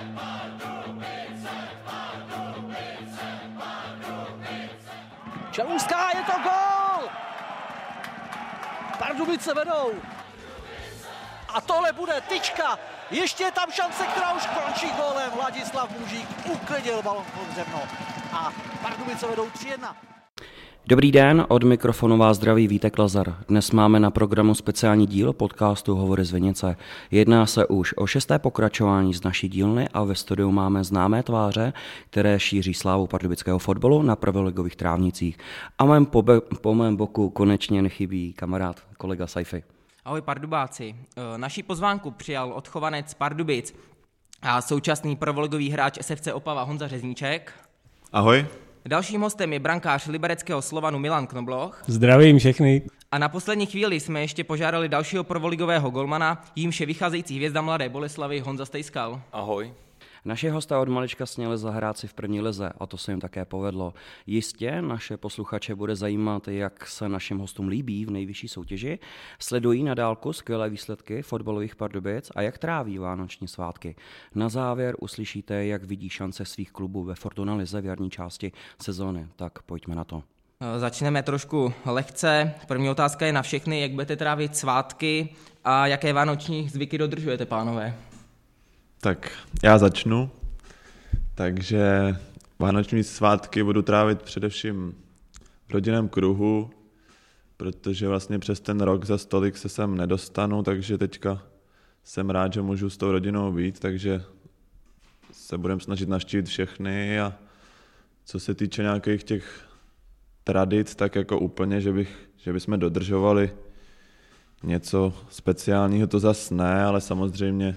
Čelůská, je to gól! Pardubice vedou. A tohle bude tyčka. Ještě je tam šance, která už končí gólem. Ladislav Mužík uklidil balon pod břevno. A Pardubice vedou 3-1. Dobrý den, od mikrofonu vás zdraví Vítek Lazar. Dnes máme na programu speciální díl podcastu Hovory z Vinice. Jedná se už o 6. pokračování z naší dílny a ve studiu máme známé tváře, které šíří slávu pardubického fotbalu na prvoligových trávnicích. A po mém boku konečně nechybí kamarád, kolega Saifi. Ahoj Pardubáci, naší pozvánku přijal odchovanec Pardubic a současný prvoligový hráč SFC Opava Honza Řezníček. Ahoj. Dalším hostem je brankář libereckého Slovanu Milan Knobloch. Zdravím všechny. A na poslední chvíli jsme ještě požádali dalšího prvoligového golmana, jímž je vycházející hvězda Mladé Boleslavi Honza Stejskal. Ahoj. Naši hosté od malička směli zahrát si v první lize a to se jim také povedlo. Jistě naše posluchače bude zajímat, jak se našim hostům líbí v nejvyšší soutěži, sledují na dálku skvělé výsledky fotbalových Pardubic a jak tráví vánoční svátky. Na závěr uslyšíte, jak vidí šance svých klubů ve Fortuna lize v jarní části sezóny. Tak pojďme na to. Začneme trošku lehce. První otázka je na všechny, jak budete trávit svátky a jaké vánoční zvyky dodržujete, pánové? Tak já začnu. Takže vánoční svátky budu trávit především v rodinném kruhu, protože vlastně přes ten rok za stolik se sem nedostanu, takže teďka jsem rád, že můžu s tou rodinou být, takže se budeme snažit navštívit všechny a co se týče nějakých těch tradic, tak jako úplně, že bychom dodržovali něco speciálního, to zas ne, ale samozřejmě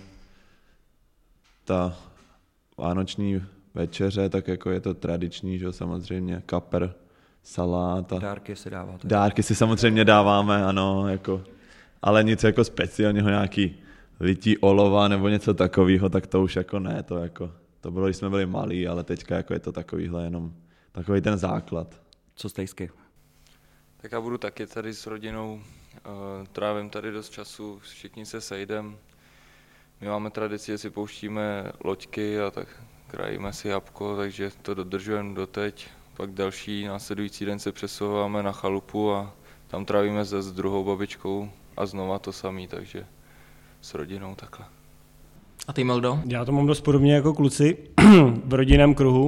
ta vánoční večeře, tak jako je to tradiční, že samozřejmě, kapr, salát. A dárky si dáváte. Dárky si samozřejmě dáváme, ano, jako, ale nic jako speciálního, nějaký lití olova nebo něco takového, tak to už jako ne, to bylo, když jsme byli malí, ale teďka jako je to takovýhle jenom, takový ten základ. Co Stejsky? Tak já budu taky tady s rodinou, trávím tady dost času, všichni se sejdem. My máme tradici, že si pouštíme loďky a tak krajíme si jabko, takže to dodržujeme doteď. Pak další následující den se přesouváme na chalupu a tam trávíme s druhou babičkou a znova to samý, takže s rodinou takhle. A ty, Mildo? Já to mám dost podobně jako kluci v rodinném kruhu,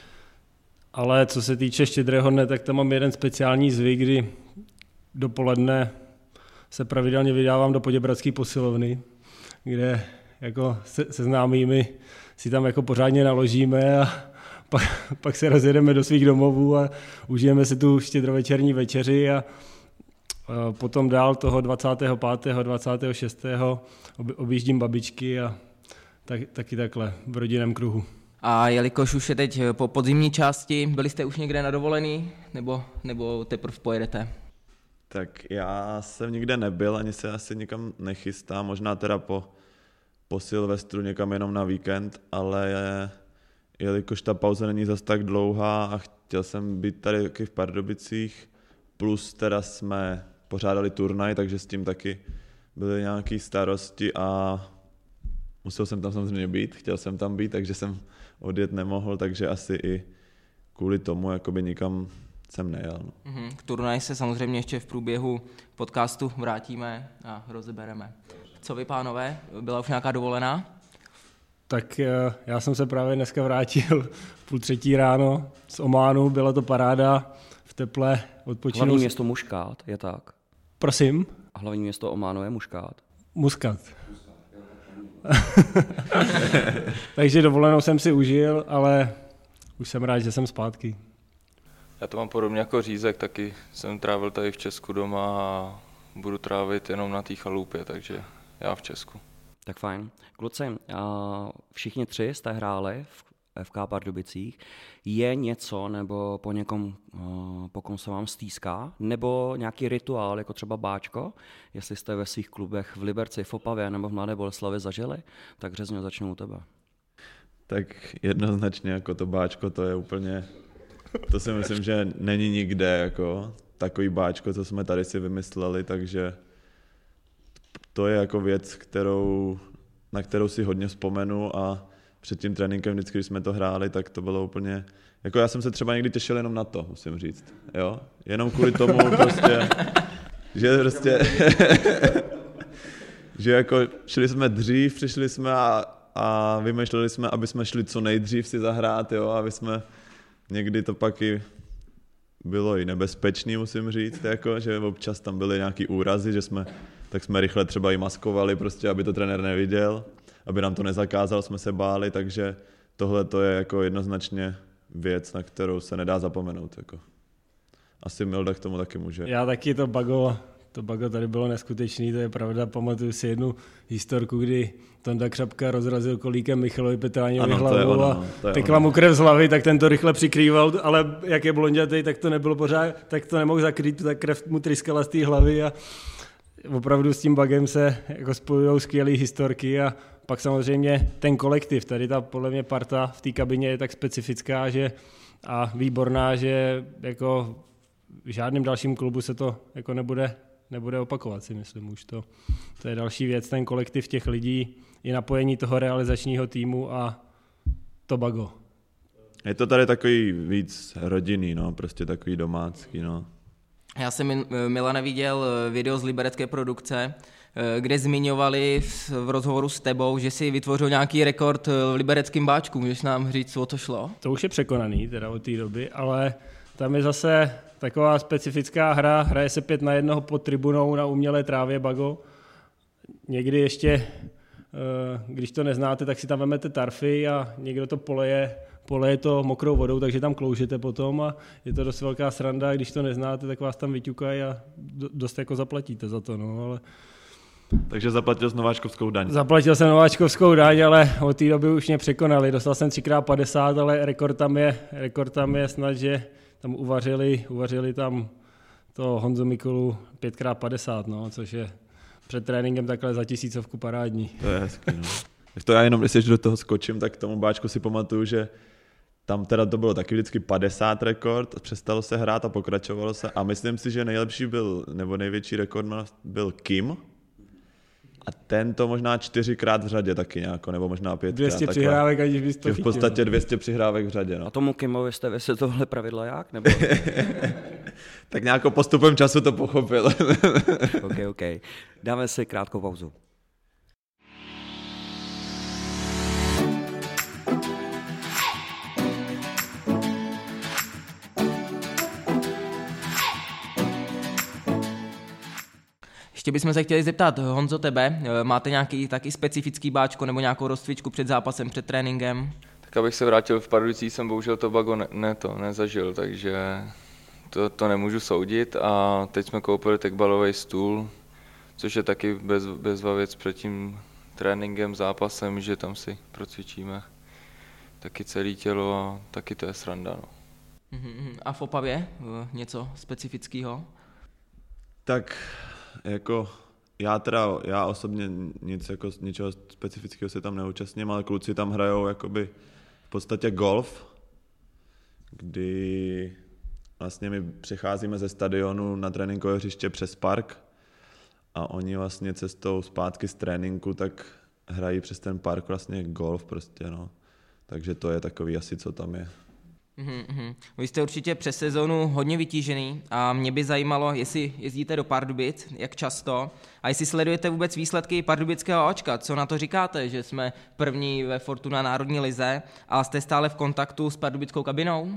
ale co se týče Štědrého dne, tak tam mám jeden speciální zvyk, kdy dopoledne se pravidelně vydávám do Poděbradské posilovny, kde jako se známými si tam jako pořádně naložíme a pak se rozjedeme do svých domovů a užijeme si tu štědrovečerní večeři a potom dál toho 25. 26. objíždím babičky a taky takhle v rodinném kruhu. A jelikož už je teď po podzimní části, byli jste už někde na dovolený nebo teprve pojedete? Tak já jsem nikde nebyl, ani se asi nikam nechystám, možná teda po Silvestru někam jenom na víkend, ale jelikož ta pauza není zas tak dlouhá a chtěl jsem být tady taky v Pardubicích, plus teda jsme pořádali turnaj, takže s tím taky byly nějaké starosti a musel jsem tam samozřejmě být, chtěl jsem tam být, takže jsem odjet nemohl, takže asi i kvůli tomu jakoby nikam jsem nejel. No. K turnaji se samozřejmě ještě v průběhu podcastu vrátíme a rozebereme. Co vy, pánové? Byla už nějaká dovolená? Tak já jsem se právě dneska vrátil 2:30 ráno z Ománu, byla to paráda, v teple odpočinu. Hlavní město Muškát, je tak? Prosím? Hlavní město Ománu je Muškát. Muscat. Takže dovolenou jsem si užil, ale už jsem rád, že jsem zpátky. Já to mám podobně jako Řízek, taky jsem trávil tady v Česku doma a budu trávit jenom na té chalupě, takže já v Česku. Tak fajn. Kluci, všichni tři jste hráli v FK Pardubicích. Je něco nebo po někom, po kom se vám stýská? Nebo nějaký rituál, jako třeba báčko? Jestli jste ve svých klubech v Liberci, v Opavě nebo v Mladé Boleslavi zažili, tak Řezňo, začnu u tebe. Tak jednoznačně jako to báčko, to je úplně, to si myslím, že není nikde jako takový báčko, co jsme tady si vymysleli, takže to je jako věc, na kterou si hodně vzpomenu a před tím tréninkem vždycky, když jsme to hráli, tak to bylo úplně, jako já jsem se třeba někdy těšil jenom na to, musím říct, jo, jenom kvůli tomu prostě, že prostě, že jako šli jsme dřív, přišli jsme a vymýšleli jsme, aby jsme šli co nejdřív si zahrát, jo, aby jsme někdy to pak i bylo i nebezpečný, musím říct, jako, že občas tam byly nějaký úrazy, tak jsme rychle třeba i maskovali, prostě, aby to trenér neviděl, aby nám to nezakázal, jsme se báli, takže tohle to je jako jednoznačně věc, na kterou se nedá zapomenout. Jako. Asi Milda k tomu taky může. Já taky to bago tady bylo neskutečný, to je pravda. Pamatuju si jednu historku, kdy Tonda Křapka rozrazil kolíkem Michalovi Petráňovi hlavu a tekla mu krev z hlavy, tak ten to rychle přikrýval, ale jak je blondětej, tak to nebylo pořád, tak to nemohl zakrýt, tak krev mu tryskala z té hlavy a opravdu s tím bagem se jako spojují skvělé historky a pak samozřejmě ten kolektiv, tady ta podle mě parta v té kabině je tak specifická a výborná, že jako v žádném dalším klubu se to jako nebude opakovat, si myslím už to je další věc, ten kolektiv těch lidí, i napojení toho realizačního týmu a to bago. Je to tady takový víc rodinný, no, prostě takový domácký, no. Já jsem, Milane, viděl video z liberecké produkce, kde zmiňovali v rozhovoru s tebou, že si vytvořil nějaký rekord v libereckém báčku. Můžeš nám říct, o to šlo? To už je překonaný teda od té doby, ale tam je zase taková specifická hra, hraje se 5-1 pod tribunou na umělé trávě bago. Někdy ještě, když to neznáte, tak si tam vemete tarfy a někdo to poleje to mokrou vodou, takže tam kloužete potom a je to dost velká sranda, když to neznáte, tak vás tam vyťukají a dost jako zaplatíte za to, no, ale... Takže zaplatil jsi nováčkovskou daň. Zaplatil jsem nováčkovskou daň, ale od té doby už mě překonali. Dostal jsem 3x50, ale rekord tam je snad, že tam uvařili tam to Honzo Mikulu 5x50, no, což je před tréninkem takhle za 1000 parádní. To je hezký, no. To já jenom, když do toho skočím, tak k tomu báčku si pamatuju, že tam teda to bylo taky vždycky 50 rekord, přestalo se hrát a pokračovalo se a myslím si, že nejlepší byl, nebo největší rekord byl Kim a ten to možná 4krát v řadě taky nějako, nebo možná 5krát. 200 přihrávek, aniž bys to chytil. V podstatě 200 přihrávek v řadě, no. A tomu Kimovi jste se tohle pravidla jak? Nebo... Tak nějakou postupem času to pochopil. OK. Dáme si krátkou pauzu. Ještě bychom se chtěli zeptat, Honzo, tebe, máte nějaký taky specifický báčko nebo nějakou rozcvičku před zápasem, před tréninkem? Tak abych se vrátil v Pardubicích, jsem bohužel to bago nezažil, takže to nemůžu soudit a teď jsme koupili tekbalový stůl, což je taky bezva věc před tím tréninkem, zápasem, že tam si procvičíme taky celé tělo a taky to je sranda. No. A v Opavě něco specifického? Tak jako já osobně ničeho specifického se tam neúčastním, ale kluci tam hrajou jakoby v podstatě golf, kdy vlastně my přecházíme ze stadionu na tréninkové hřiště přes park a oni vlastně cestou zpátky z tréninku tak hrají přes ten park vlastně golf prostě, no. Takže to je takový asi, co tam je. Vy jste určitě přes sezónu hodně vytížený a mě by zajímalo, jestli jezdíte do Pardubic, jak často, a jestli sledujete vůbec výsledky pardubického Ačka. Co na to říkáte, že jsme první ve Fortuna národní lize a jste stále v kontaktu s pardubickou kabinou?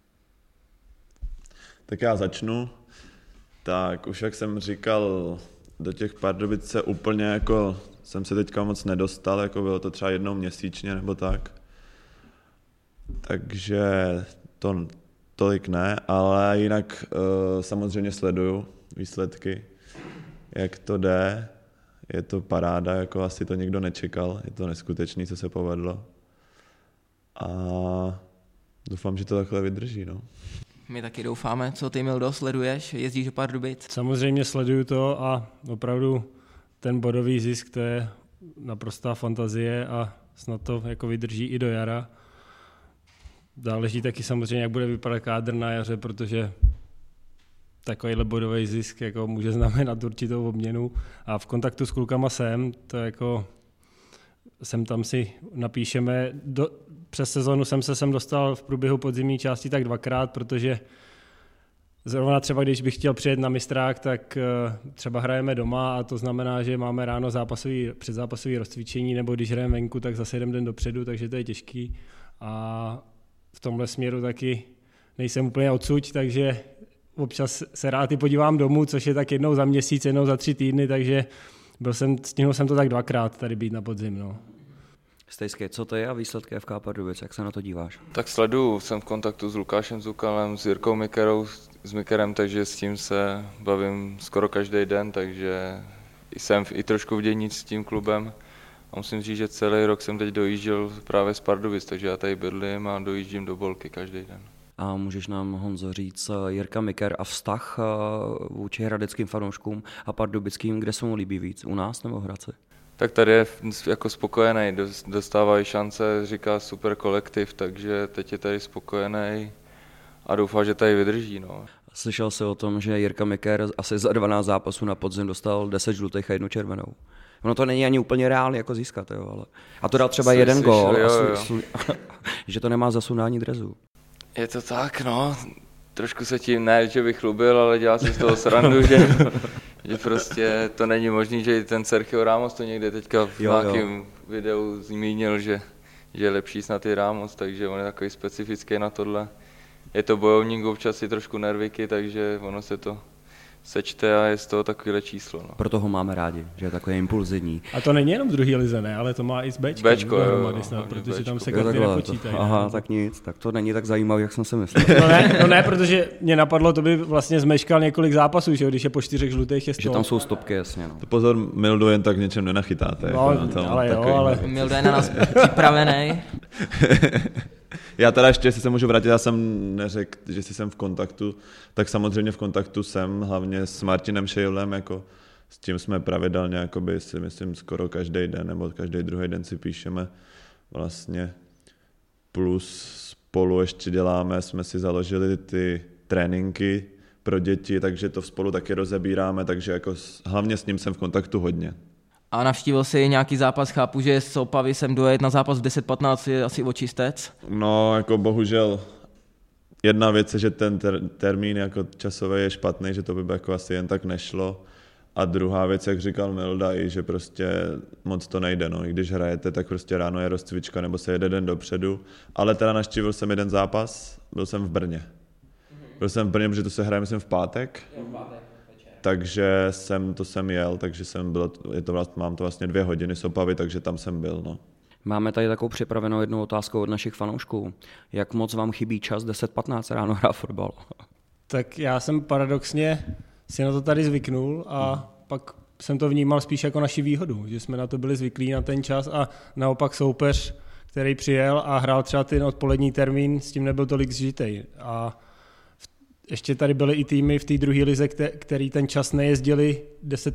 Tak já začnu. Tak už jak jsem říkal, do těch Pardubic se úplně jako jsem se teďka moc nedostal, jako bylo to třeba jednou měsíčně nebo tak. Takže to tolik ne, ale jinak samozřejmě sleduju výsledky, jak to jde. Je to paráda, jako asi to nikdo nečekal, je to neskutečný, co se povedlo. A doufám, že to takhle vydrží, no. My taky doufáme. Co ty, Mildo, sleduješ? Jezdíš do Pardubic? Samozřejmě sleduju to a opravdu ten bodový zisk, to je naprostá fantazie a snad to jako vydrží i do jara. Záleží taky samozřejmě, jak bude vypadat kádr na jaře, protože takovýhle bodový zisk jako může znamenat určitou obměnu a v kontaktu s klukama jsem, to jako sem tam si napíšeme. Přes sezonu jsem se sem dostal v průběhu podzimní části tak 2krát, protože zrovna třeba, když bych chtěl přijet na mistrák, tak třeba hrajeme doma a to znamená, že máme ráno předzápasový rozcvičení, nebo když hrajeme venku, tak zase jeden den dopředu, takže to je těžký. A v tomhle směru taky nejsem úplně odsud, takže občas se rád i podívám domů, což je tak jednou za měsíc, jednou za 3 týdny, takže stihnul jsem to tak 2krát tady být na podzim. No. Stejsky, co to je a výsledky FK Pardubic, jak se na to díváš? Tak sleduju, jsem v kontaktu s Lukášem Zukalem, s Jirkou Mikerou, s Mikerem, takže s tím se bavím skoro každý den, takže jsem i trošku v dění s tím klubem. A musím říct, že celý rok jsem teď dojížděl právě z Pardubic, takže já tady bydlím a dojíždím do Bolky každý den. A můžeš nám, Honzo, říct Jirka Miker a vztah vůči hradeckým fanouškům a pardubickým, kde se mu líbí víc, u nás nebo v Hradci? Tak tady je jako spokojený, dostávají šance, říká super kolektiv, takže teď je tady spokojený a doufám, že tady vydrží. No. Slyšel jsi o tom, že Jirka Miker asi za 12 zápasů na podzim dostal 10 žlutých a 1 červenou. Ono to není ani úplně reálně jako získat, jo, ale... A to dal třeba jeden gól, že to nemá zasundání drezu. Je to tak, no. Trošku se tím, ne, že bych chlubil, ale dělal si z toho srandu, že prostě to není možný, že i ten Sergio Ramos to někde teďka v nějakém videu zmínil, že je lepší snad i Ramos, takže on je takový specifický na tohle. Je to bojovník, občas si trošku nerviky, takže ono se to sečte a je z toho takovýhle číslo. No. Proto ho máme rádi, že je takový impulzivní. A to není jenom v druhé lize, ne, ale to má i s Bčkem. Bčko, jo, snad, protože tam se karty nepočítají. Aha, tak nic, tak to není tak zajímavý, jak jsem si myslel. No ne, protože mě napadlo, to by vlastně zmeškal několik zápasů, že když je po 4 žlutých je 100. Že tam jsou stopky, jasně. No. To pozor, Mildu jen tak něčem nenachytáte. No, jako na tom, ale Mildu je na nás připravený. Já teda ještě, jestli se můžu vrátit, já jsem neřekl, že jsem v kontaktu, tak samozřejmě v kontaktu jsem, hlavně s Martinem Šejlem, jako s tím jsme pravidelně, jakoby, si myslím, skoro každý den nebo každý druhý den si píšeme vlastně, plus spolu ještě děláme, jsme si založili ty tréninky pro děti, takže to spolu taky rozebíráme, takže jako hlavně s ním jsem v kontaktu hodně. A navštívil jsi nějaký zápas, chápu, že z Opavy sem dojet na zápas v 10:15 je asi očistec? No, jako bohužel jedna věc je, že ten termín jako časový je špatný, že to by jako asi jen tak nešlo. A druhá věc, jak říkal Milda, i že prostě moc to nejde. No. I když hrajete, tak prostě ráno je rozcvička nebo se jede den dopředu. Ale teda navštívil jsem jeden zápas, byl jsem v Brně. Byl jsem v Brně, protože to se hraje, myslím, v pátek. Takže jsem jel, takže jsem byl, mám to vlastně 2 hodiny z Opavy, takže tam jsem byl. No. Máme tady takovou připravenou jednu otázku od našich fanoušků. Jak moc vám chybí čas 10:15 ráno hrát fotbal? Tak já jsem paradoxně si na to tady zvyknul a pak jsem to vnímal spíš jako naši výhodu, že jsme na to byli zvyklí na ten čas a naopak soupeř, který přijel a hrál třeba ten odpolední termín, s tím nebyl tolik zžitej. A ještě tady byly i týmy v té druhé lize, který ten čas nejezdili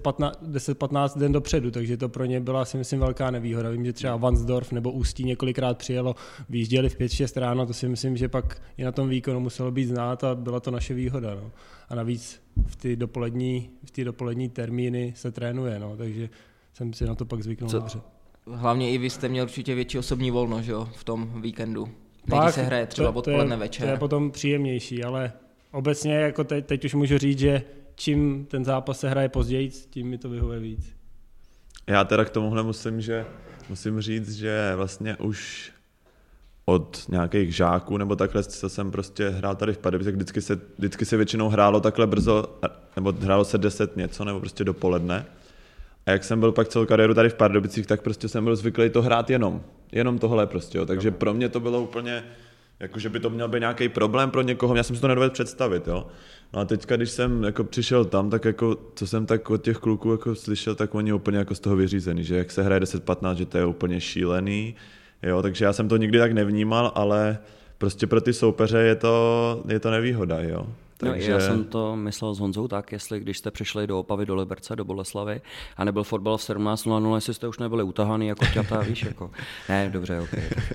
10-15 den dopředu, takže to pro ně byla, si myslím, velká nevýhoda. Vím, že třeba Vansdorf nebo Ústí několikrát přijelo, vyjížděli v 5-6 ráno, to si myslím, že pak i na tom výkonu muselo být znát a byla to naše výhoda. No. A navíc v ty dopolední termíny se trénuje, no, takže jsem si na to pak zvyknul dobře. Hlavně i vy jste měl určitě větší osobní volno, že jo, v tom víkendu. Když se hraje třeba odpoledne večer. To je potom příjemnější, ale obecně jako teď už můžu říct, že čím ten zápas se hraje později, tím mi to vyhovuje víc. Já teda k tomuhle musím říct, že vlastně už od nějakých žáků nebo takhle, co jsem prostě hrál tady v Pardubicích, vždycky se většinou hrálo takhle brzo, nebo hrálo se 10 něco, nebo prostě dopoledne. A jak jsem byl pak celou kariéru tady v Pardubicích, tak prostě jsem byl zvyklý to hrát jenom tohle prostě, jo. Takže pro mě to bylo úplně, jako že by to měl být nějaký problém pro někoho, já jsem si to nedovedl představit, jo. No a teďka, když jsem jako přišel tam, tak jako, co jsem tak od těch kluků jako slyšel, tak oni úplně jako z toho vyřízený, že jak se hraje 10-15, že to je úplně šílený, jo, takže já jsem to nikdy tak nevnímal, ale prostě pro ty soupeře je to nevýhoda, jo. Takže... No, já jsem to myslel s Honzou tak, jestli když jste přišli do Opavy, do Liberce, do Boleslavy a nebyl fotbal v 17:00, jestli jste už nebyli utahaný jako ťata, víš, jako. Ne, dobře, ok.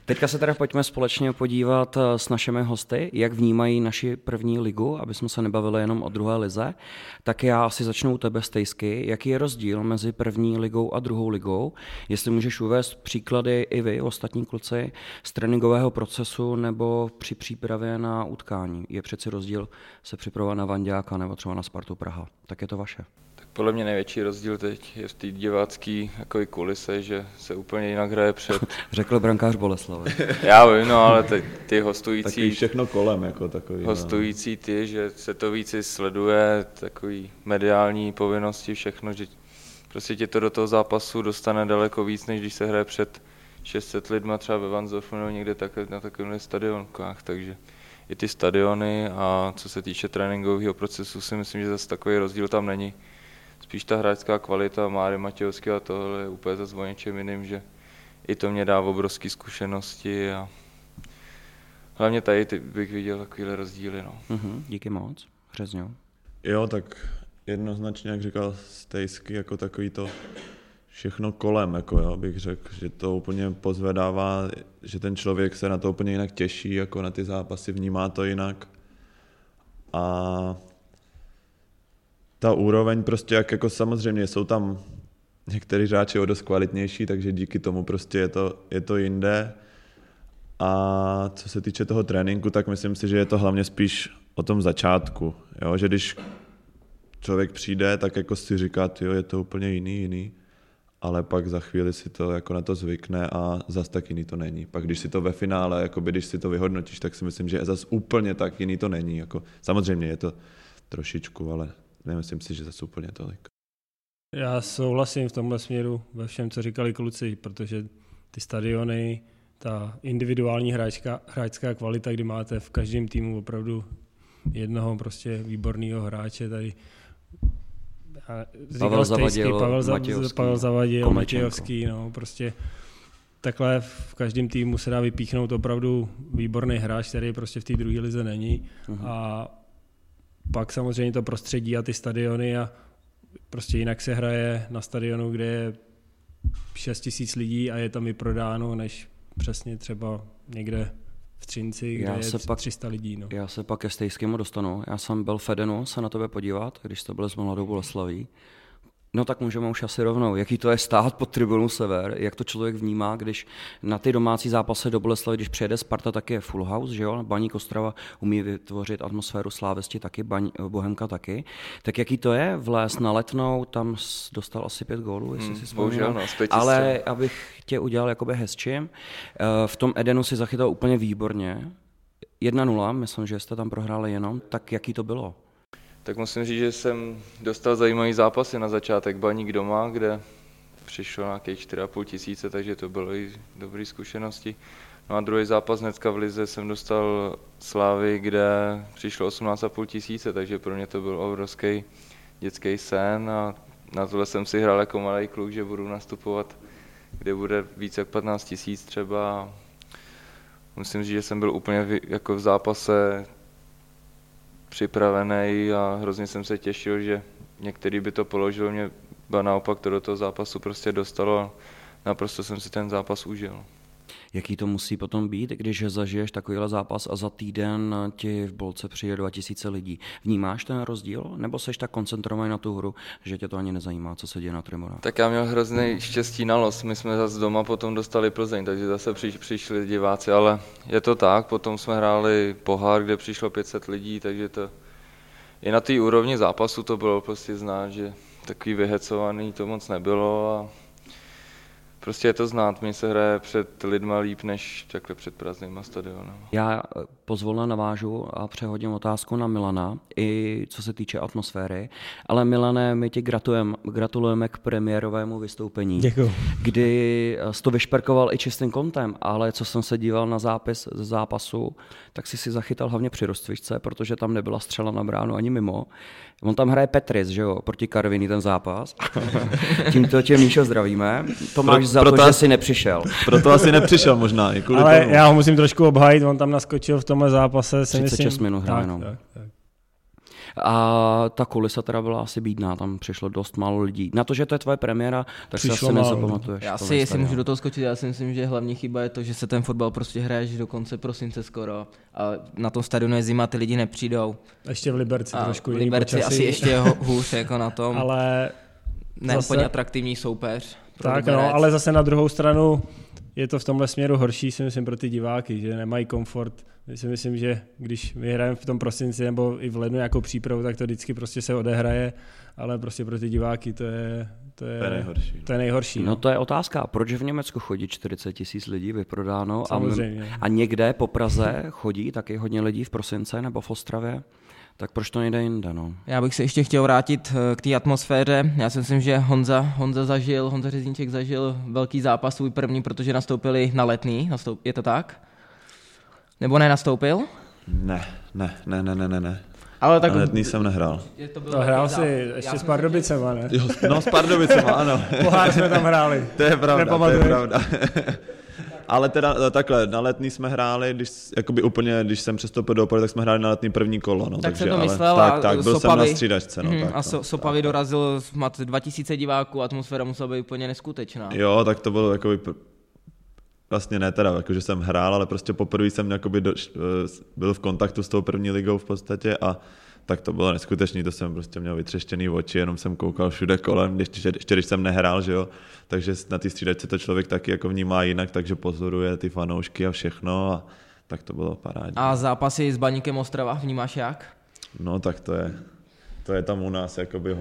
Teďka se teda pojďme společně podívat s našimi hosty, jak vnímají naši první ligu, aby jsme se nebavili jenom o druhé lize. Tak já asi začnu u tebe, Stejsky. Jaký je rozdíl mezi první ligou a druhou ligou? Jestli můžeš uvést příklady i vy, ostatní kluci, z tréninkového procesu nebo při přípravě na utkání. Je přeci rozdíl se připravovat na Vanďáka nebo třeba na Spartu Praha. Tak je to vaše. Podle mě největší rozdíl teď je v té divácké jako kulise, že se úplně jinak hraje před. Řekl brankář Boleslav. Já vím, no, ale ty hostující. Takový všechno kolem, jako takový. Hostující ty, že se to víc sleduje, takový mediální povinnosti, všechno, že prostě tě to do toho zápasu dostane daleko víc, než když se hraje před 600 lidma třeba ve Vansdorfu nebo někde na takovýchhle stadionkách, takže i ty stadiony a co se týče tréninkového procesu si myslím, že zase takový rozdíl tam není. Spíš ta hráčská kvalita Máry Matějovský a tohle je úplně zase o něčem jiným, že i to mě dá obrovské zkušenosti a hlavně tady bych viděl takovýhle rozdíly. No. Díky moc. Řezňo. Jo, tak jednoznačně, jak říkal Stejsky, jako takový to všechno kolem, jako jo, bych řekl, že to úplně pozvedává, že ten člověk se na to úplně jinak těší, jako na ty zápasy, vnímá to jinak. A ta úroveň prostě, jak jako samozřejmě jsou tam některý hráči o dost kvalitnější, takže díky tomu prostě je to jinde. A co se týče toho tréninku, tak myslím si, že je to hlavně spíš o tom začátku, jo, že když člověk přijde, tak jako si říká, jo, je to úplně jiný, ale pak za chvíli si to jako na to zvykne a zas tak jiný to není. Pak když si to ve finále, jakoby, když si to vyhodnotíš, tak si myslím, že zas úplně tak jiný to není. Jako, samozřejmě je to trošičku, ale nemyslím si, že zase úplně tolik. Já souhlasím v tomhle směru ve všem, co říkali kluci, protože ty stadiony, ta individuální hráčská kvalita, kdy máte v každém týmu opravdu jednoho prostě výborného hráče, tady Pavel Zavadil, Matějovský, no, prostě takhle v každém týmu se dá vypíchnout opravdu výborný hráč, který prostě v té druhé lize není. A pak samozřejmě to prostředí a ty stadiony a prostě jinak se hraje na stadionu, kde je 6 000 lidí a je tam i prodáno, než přesně třeba někde v Třinci, kde je 300 lidí. No. Já se pak ke Stejskému dostanu. Já jsem byl v Edenu se na tebe podívat, když jste byli s Mladou Boleslaví. No tak můžeme už asi rovnou. Jaký to je stát pod tribunou Sever, jak to člověk vnímá, když na ty domácí zápasy do Boleslavy, když přijede Sparta, tak je full house, že jo? Baník Ostrava umí vytvořit atmosféru slávisti taky, Bohemka taky. Tak jaký to je vlézt na Letnou, tam dostal asi 5 gólů, jestli si vzpomínám. Ale abych tě udělal jakoby hezčím, v tom Edenu si zachytal úplně výborně. 1-0, myslím, že jste tam prohráli jenom, tak jaký to bylo? Tak musím říct, že jsem dostal zajímavý zápasy na začátek. Baník doma, kde přišlo nějakých 4,5 tisíce, takže to bylo i dobré zkušenosti. No a druhý zápas hnedka v lize jsem dostal Slávy, kde přišlo 18,5 tisíce, takže pro mě to byl obrovský dětský sen a na tohle jsem si hrál jako malý kluk, že budu nastupovat, kde bude více jak 15 tisíc třeba. Musím říct, že jsem byl úplně jako v zápase připravený a hrozně jsem se těšil, že některý by to položil, mě naopak to do toho zápasu prostě dostalo a naprosto jsem si ten zápas užil. Jaký to musí potom být, když zažiješ takovýhle zápas a za týden ti v Bolce přijde 2000 lidí? Vnímáš ten rozdíl? Nebo seš tak koncentrovaný na tu hru, že tě to ani nezajímá, co se děje na tribunách? Tak já měl hrozný štěstí na los. My jsme zase doma potom dostali Plzeň, takže zase přišli diváci, ale je to tak. Potom jsme hráli pohár, kde přišlo 500 lidí, takže to i na té úrovni zápasu to bylo prostě znát, že takový vyhecovaný to moc nebylo a prostě je to znát, mě se hraje před lidma líp než takhle před prázdnýma stadionem. Já pozvolna navážu a přehodím otázku na Milana, i co se týče atmosféry, ale Milane, my ti gratulujeme k premiérovému vystoupení. Děkuju. Kdy jsi to vyšperkoval i čistým kontem, ale co jsem se díval na zápis ze zápasu, tak si zachytal hlavně při rozcvičce, protože tam nebyla střela na bránu ani mimo. On tam hraje Petris, že jo, proti Karviní ten zápas. Tímto tě, Míšo, zdravíme. To máš za to, že jsi nepřišel. Proto asi nepřišel možná. Ale tomu. Já ho musím trošku obhájit, on tam naskočil v tomhle zápase. 36 minut hrál jenom. Tak. A ta kulisa teda byla asi bídná, tam přišlo dost málo lidí. Na to, že to je tvoje premiéra, tak si asi nezapamatuješ. Já si, jestli můžu do toho skočit, já si myslím, že hlavní chyba je to, že se ten fotbal prostě hraje do konce prosince skoro a na tom stadionu je zima, ty lidi nepřijdou. Ještě v Liberci a trošku v jiný Liberci počasí. asi ještě hůř jako na tom. Ale neúplně atraktivní soupeř. Tak no, ale zase na druhou stranu je to v tomhle směru horší, si myslím, pro ty diváky, že nemají komfort. Já si myslím, že když my hrajeme v tom prosinci nebo i v lednu nějakou přípravu, tak to vždycky prostě se odehraje, ale prostě pro ty diváky to je nejhorší. No to je otázka, proč v Německu chodí 40 000 lidí vyprodáno a někde po Praze chodí taky hodně lidí v prosince nebo v Ostravě? Tak proč to nejde jinde, no? Já bych se ještě chtěl vrátit k té atmosféře. Já si myslím, že Honza Řezníček zažil velký zápas svůj první, protože nastoupili na Letný. Je to tak? Nebo nenastoupil? Ne. Ale tak... Na Letný jsem nehrál. Hrál si ještě s Pardubicema, ne? Jo, no s Pardubicema, ano. Pohár jsme tam hráli. To je pravda. Ale teda takhle, na Letný jsme hráli, když jsem přestoupil do Opavy, tak jsme hráli na Letný první kolo. No, tak takže, se to ale, myslel tak, byl jsem na střídačce. No, Sopavy dorazil 2000 diváků, atmosféra musela být úplně neskutečná. Jo, tak to bylo takový, vlastně ne teda, jakože jsem hrál, ale prostě poprvé jsem byl v kontaktu s tou první ligou v podstatě a tak to bylo neskutečný, to jsem prostě měl vytřeštěný oči, jenom jsem koukal všude kolem, ještě když jsem nehrál, že jo, takže na té střídačce to člověk taky jako vnímá jinak, takže pozoruje ty fanoušky a všechno a tak to bylo parádní. A zápasy s Baníkem Ostrava vnímáš jak? No tak to je tam u nás jakoby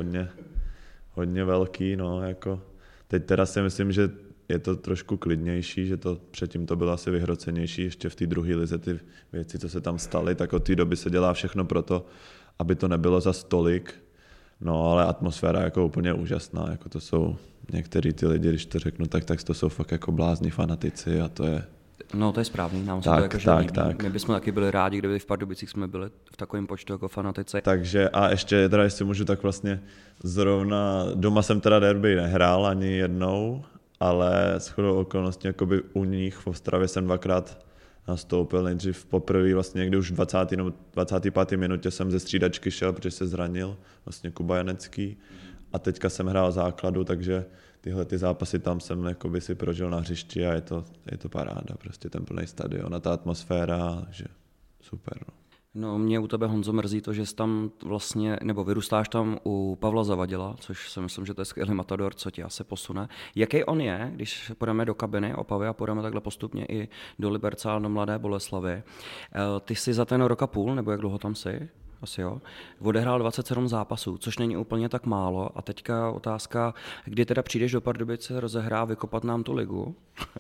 hodně velký, no jako teď teda si myslím, že je to trošku klidnější, že to předtím to bylo asi vyhrocenější, ještě v té druhé lize ty věci, co se tam staly, tak od té doby se dělá všechno pro to, aby to nebylo za stolik, no ale atmosféra jako úplně úžasná, jako to jsou některý ty lidi, když to řeknu, tak to jsou fakt jako blázni fanatici a to je... No to je správný, nám se to jakože líbí. My bychom taky byli rádi, kdyby v Pardubicích jsme byli v takovém počtu jako fanatici. Takže a ještě teda, jestli můžu, tak vlastně zrovna doma jsem teda derby nehrál ani jednou, ale shodou okolností jakoby u nich v Ostravě jsem dvakrát nastoupil, nejdřív poprvé vlastně někdy už v 20. nebo 25. minutě jsem ze střídačky šel, protože se zranil vlastně Kuba Janecký a teďka jsem hrál základu, takže tyhle ty zápasy tam jsem jakoby si prožil na hřišti a je to paráda, prostě ten plný stadion a ta atmosféra, že super. No. No mě u tebe, Honzo, mrzí to, že jsi tam vlastně, nebo vyrůstáš tam u Pavla Zavadila, což si myslím, že to je skvělý matador, co tě asi posune. Jaký on je, když půjdeme do kabiny Opavy a půjdeme takhle postupně i do Liberce a do Mladé Boleslavi. Ty jsi za ten rok a půl, nebo jak dlouho tam jsi? Asi jo. Odehrál 27 zápasů, což není úplně tak málo. A teďka otázka, kdy teda přijdeš do Pardubice, rozehrá, vykopat nám tu ligu?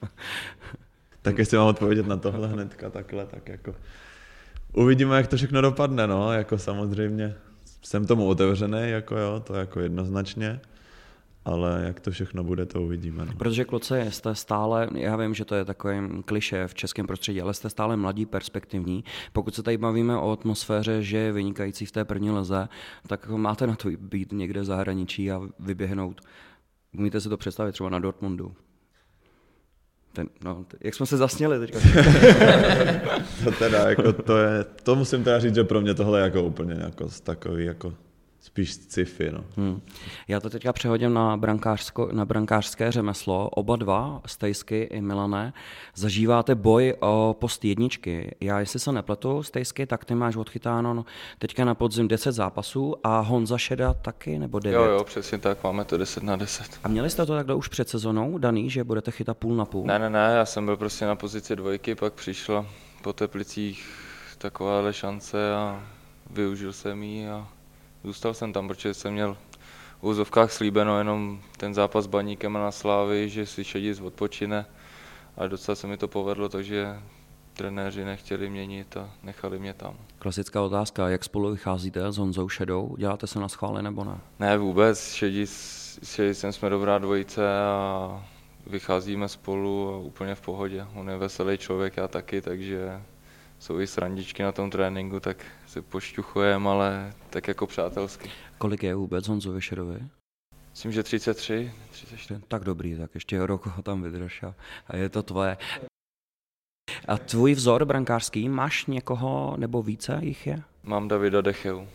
Tak jestli mám odpovědět na tohle hnedka takhle, tak jako... Uvidíme, jak to všechno dopadne, no, jako samozřejmě jsem tomu otevřený, jako jo, to jako jednoznačně, ale jak to všechno bude, to uvidíme. No. Protože kluci, jste stále, já vím, že to je takové klišé v českém prostředí, ale jste stále mladí, perspektivní. Pokud se tady bavíme o atmosféře, že je vynikající v té první lize, tak máte na to být někde v zahraničí a vyběhnout. Umíte si to představit třeba na Dortmundu? Jak jsme se zasněli teďka. To teda, jako to musím teda říct, že pro mě tohle je jako úplně jako takový jako spíš sci-fi, no. Já to teďka přehodím na brankářské řemeslo. Oba dva, Stejsky i Milané, zažíváte boj o post jedničky. Já, jestli se nepletu, Stejsky, tak ty máš odchytáno teďka na podzim 10 zápasů a Honza Šeda taky, nebo 9? Jo, přesně tak, máme to 10/10. A měli jste to takhle už před sezonou daný, že budete chytat půl na půl? Ne, já jsem byl prostě na pozici 2, pak přišla po Teplicích takováhle šance a využil jsem ji a zůstal jsem tam, protože jsem měl v úzovkách slíbeno jenom ten zápas s Baníkem na Slávy, že si Šedic odpočine a docela se mi to povedlo, takže trenéři nechtěli měnit a nechali mě tam. Klasická otázka, jak spolu vycházíte s Honzou Šedou? Děláte se na schvály nebo ne? Ne, vůbec, Šedicem jsme dobrá dvojice a vycházíme spolu a úplně v pohodě. On je veselý člověk, já taky, takže jsou i srandičky na tom tréninku, tak se pošťuchujeme, ale tak jako přátelsky. Kolik je vůbec Honzovi Šedovi? Myslím, že 33, 34. Tak dobrý, tak ještě rok ho tam vydrž a je to tvoje. A tvůj vzor brankářský, máš někoho nebo více jich je? Mám Davida Decheu.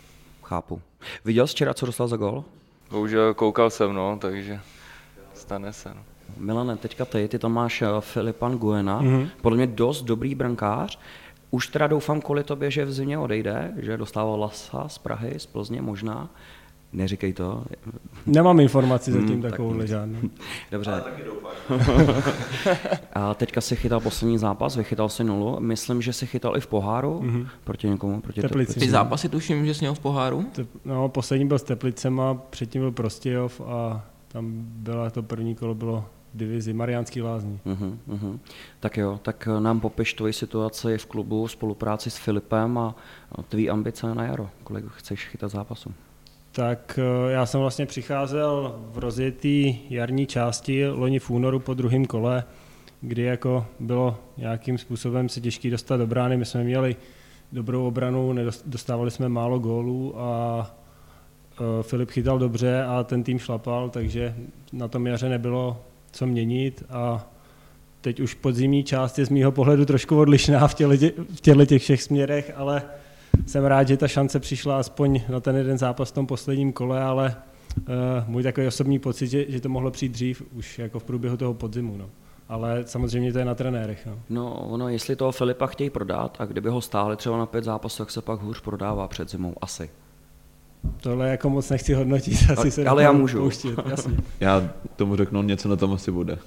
chápu. Viděl jsi včera, co dostal za gól? Bohužel koukal jsem, no, takže stane se. No. Milane, teďka ty tam máš Filipa Nguyena, podle mě dost dobrý brankář. Už teda doufám kvůli tobě, že v zimě odejde, že dostával Lasa z Prahy, z Plzně možná. Neříkej to. Nemám informaci zatím takovouhle žádnou. Dobře. Ale taky doufám. A teďka si chytal poslední zápas, vychytal si 0. Myslím, že si chytal i v poháru proti někomu, proti Teplici. Ty zápasy tuším, že jsi měl v poháru? No, poslední byl s Teplicema, předtím byl Prostějov a tam byla to první kolo, bylo v divizi Mariánský Lázní. Tak jo, tak nám popiš tvoji situaci v klubu, spolupráci s Filipem a tvý ambice na jaro. Kolik chceš chytat zápasu? Tak já jsem vlastně přicházel v rozjetý jarní části loni v únoru po druhém kole, kdy jako bylo nějakým způsobem se těžký dostat do brány. My jsme měli dobrou obranu, dostávali jsme málo gólů a Filip chytal dobře a ten tým šlapal, takže na tom jaře nebylo co měnit a teď už podzimní část je z mýho pohledu trošku odlišná v těchto všech směrech, ale jsem rád, že ta šance přišla aspoň na ten jeden zápas v tom posledním kole, ale můj takový osobní pocit, že to mohlo přijít dřív, už jako v průběhu toho podzimu. No. Ale samozřejmě to je na trenérech. No, jestli toho Filipa chtějí prodat a kdyby ho stáhli třeba na 5 zápasů, tak se pak hůř prodává před zimou, asi. Tohle jako moc nechci hodnotit, asi se ale já můžu. Pouštět, jasně. Já tomu řeknu, něco na tom asi bude.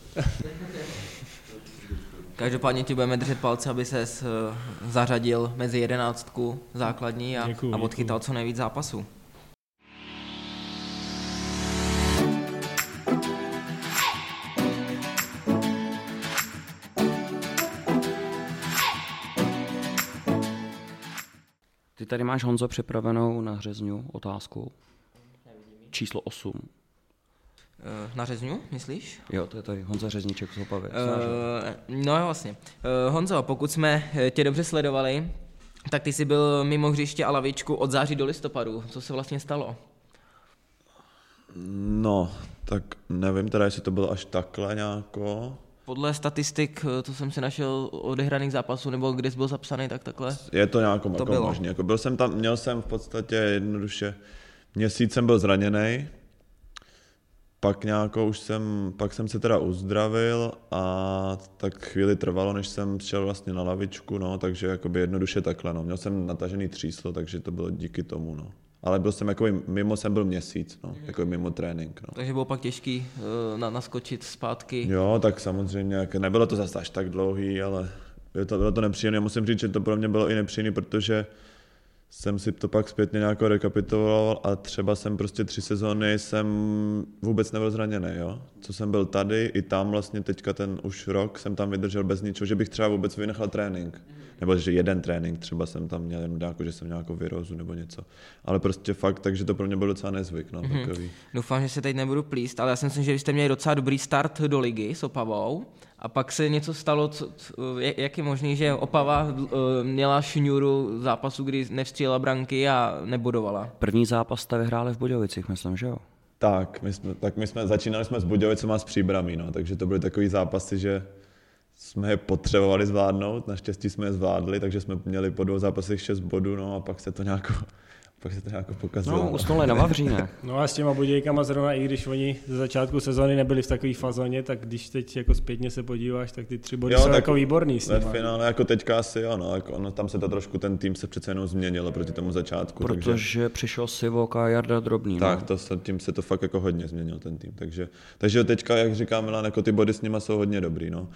Každopádně ti budeme držet palce, aby ses zařadil mezi 11 základní a odchytal co nejvíc zápasů. Ty tady máš, Honzo, připravenou na řezňu otázku. Číslo 8. Na řezňu, myslíš? Jo, to je tady Honza Řezníček z Opavy. No vlastně. Honzo, pokud jsme tě dobře sledovali, tak ty jsi byl mimo hřiště a lavičku od září do listopadu. Co se vlastně stalo? No, tak nevím teda, jestli to bylo až takhle nějako. Podle statistik, co jsem si našel odehraných zápasů, nebo kde jsi byl zapsaný, tak takhle? Je to nějakou jako možný. Jako byl jsem tam, měl jsem v podstatě jednoduše, měsíc jsem byl zraněný, pak jsem se teda uzdravil a tak chvíli trvalo, než jsem šel vlastně na lavičku, no, takže jakoby jednoduše takhle, no. Měl jsem natažený tříslo, takže to bylo díky tomu, no. Ale byl jsem jakoby, jsem byl měsíc, no, jako mimo trénink, no. Takže bylo pak těžký naskočit zpátky. Jo, tak samozřejmě, nebylo to zase až tak dlouhý, ale bylo to nepříjemné. Já musím říct, že to pro mě bylo i nepříjemné, protože jsem si to pak zpětně nějak rekapituloval a třeba jsem prostě 3 sezóny jsem vůbec nebyl zraněný, jo. Co jsem byl tady, i tam vlastně teďka ten už rok jsem tam vydržel bez ničeho, že bych třeba vůbec vynechal trénink. Nebo že jeden trénink třeba jsem tam měl, jenom nějakou, že jsem měl nějakou virózu nebo něco. Ale prostě fakt, takže to pro mě byl docela nezvyk, no, takový. Doufám, že se teď nebudu plíst, ale já si myslím, že vy jste měli docela dobrý start do ligy s Opavou. A pak se něco stalo, jak je možný, že Opava měla šňůru zápasu, kdy nevstřílela branky a nebodovala? První zápas jste vyhráli v Budějovicích, myslím, že jo? Tak, my jsme začínali s Budějovicemi a s Příbramí, no, takže to byly takový zápasy, že jsme je potřebovali zvládnout, naštěstí jsme je zvládli, takže jsme měli po 2 zápasech 6 bodů, no a pak se to nějak pokazilo. No, usnuli na Vavřínech. No a s těma Budějkama zrovna, i když oni ze začátku sezóny nebyli v takové fazóně, tak když teď jako zpětně se podíváš, tak ty 3 body jsou jako výborný s nimi. Ve finále jako teďka asi jo, no, jako tam se to trošku, ten tým se přece jenom změnil proti tomu začátku. Protože přišel Sivok a Jarda Drobný. Tak, tím se to fakt jako hodně změnil ten tým, takže teďka, jak říká Milan, jako ty body s nima jsou hodně dobrý, no.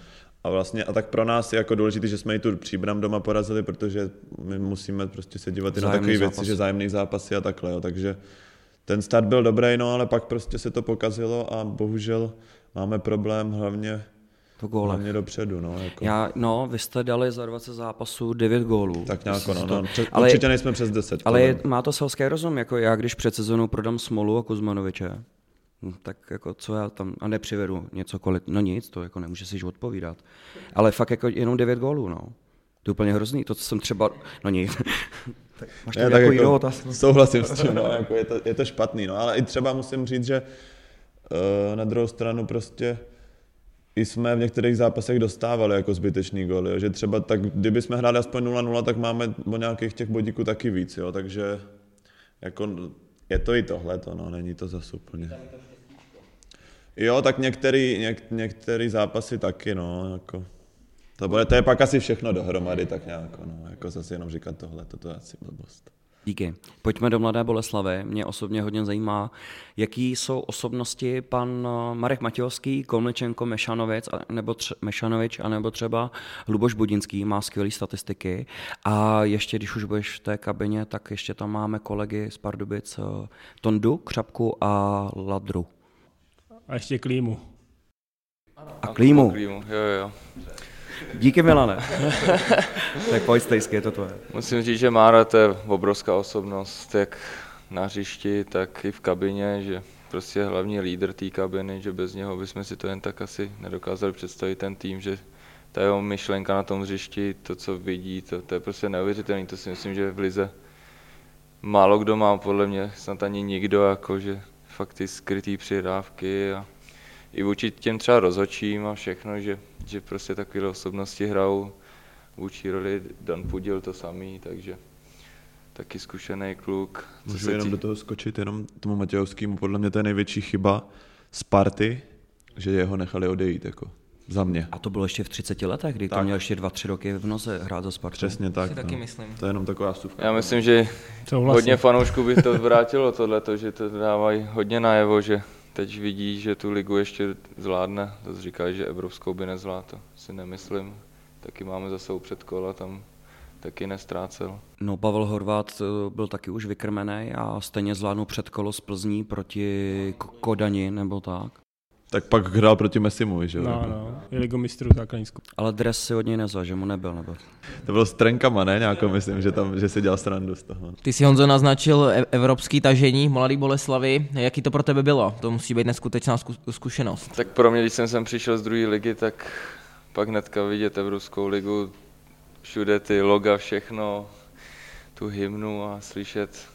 A tak pro nás je jako důležité, že jsme i tu Příbram doma porazili, protože my musíme prostě se dívat i na takové věci, že zájemný zápasy a takhle, jo. Takže ten start byl dobrý, no, ale pak prostě se to pokazilo a bohužel máme problém hlavně dopředu, no. Jako. Vy jste dali za 20 zápasů 9 gólů. Tak nějak, ale určitě nejsme přes 10. Ale má to selský rozum, jako já, když před sezónou prodám Smolu a Kuzmanoviče, tak jako co já tam, a nepřivedu něco no nic, to jako nemůže si odpovídat. Ale fakt jako jenom 9 gólů, no. To je úplně hrozný, to, co jsem třeba, no nic. Tak máš tam jako jinou otázku. Souhlasím s tím, no, jako je to špatný, no, ale i třeba musím říct, že na druhou stranu prostě i jsme v některých zápasech dostávali jako zbytečný góly, jo, že třeba tak, kdyby jsme hráli aspoň 0-0, tak máme o nějakých těch bodíků taky víc, jo, takže jako je to i tohleto, no, není to zase úplně. Jo, tak některý zápasy taky, no, jako. To je pak asi všechno dohromady, tak nějak, no, jako zase jenom říkat tohleto, to je asi blbost. Díky. Pojďme do Mladé Boleslavi. Mě osobně hodně zajímá, jaký jsou osobnosti pan Marek Matějovský, Kolmličenko, Mešanovič, anebo třeba Luboš Budinský, má skvělé statistiky. A ještě, když už budeš v té kabině, tak ještě tam máme kolegy z Pardubic, Tondu, Křapku a Ladru. A ještě Klímu. A Klímu. Jo. Díky, Milane. Tak pojď, Stejsky, je to tvoje. Musím říct, že Mára to je obrovská osobnost, jak na hřišti, tak i v kabině, že prostě je hlavní lídr té kabiny, že bez něho bychom si to jen tak asi nedokázali představit ten tým, že ta jeho myšlenka na tom hřišti, to, co vidí, to je prostě neuvěřitelné, to si myslím, že v lize málo kdo má, podle mě snad ani nikdo, jakože fakt ty skrytý přihrávky a i vůči těm třeba rozhodčím a všechno, že prostě takové osobnosti hrajou vůči roli. Dan Pudil to samý, takže taky zkušený kluk. Můžu jenom do toho skočit, jenom tomu Matějovskému, podle mě to je největší chyba Sparty, že jeho nechali odejít, jako za mě. A to bylo ještě v 30 letech, kdy to měl ještě 2-3 roky v noze hrát za Spartu. Přesně tak. Si taky myslím. To je jenom taková suvka. Já myslím, že hodně fanoušků by to vrátilo tohleto, že to dávají hodně najevo, že teď vidí, že tu ligu ještě zvládne. Zase říkají, že evropskou by nezvládl, to si nemyslím. Taky máme za sebou předkola, tam taky nestrácel. No, Pavel Horváth byl taky už vykrmený a stejně zvládnul předkolo z Plzní proti Kodani, nebo tak. Tak pak hrál proti Messimu, že jo? No, je ligomistrů základní skupiny. Ale dres si od něj nezval, že mu nebyl, nebo? To byl s trenkama, ne? Nějakou, myslím, že si dělal srandu z toho. Ty si, Honzo, naznačil evropský tažení Mladé Boleslavy. Jaký to pro tebe bylo? To musí být neskutečná zkušenost. Tak pro mě, když jsem sem přišel z druhé ligy, tak pak hnedka vidět Evropskou ligu, všude ty loga, všechno, tu hymnu a slyšet.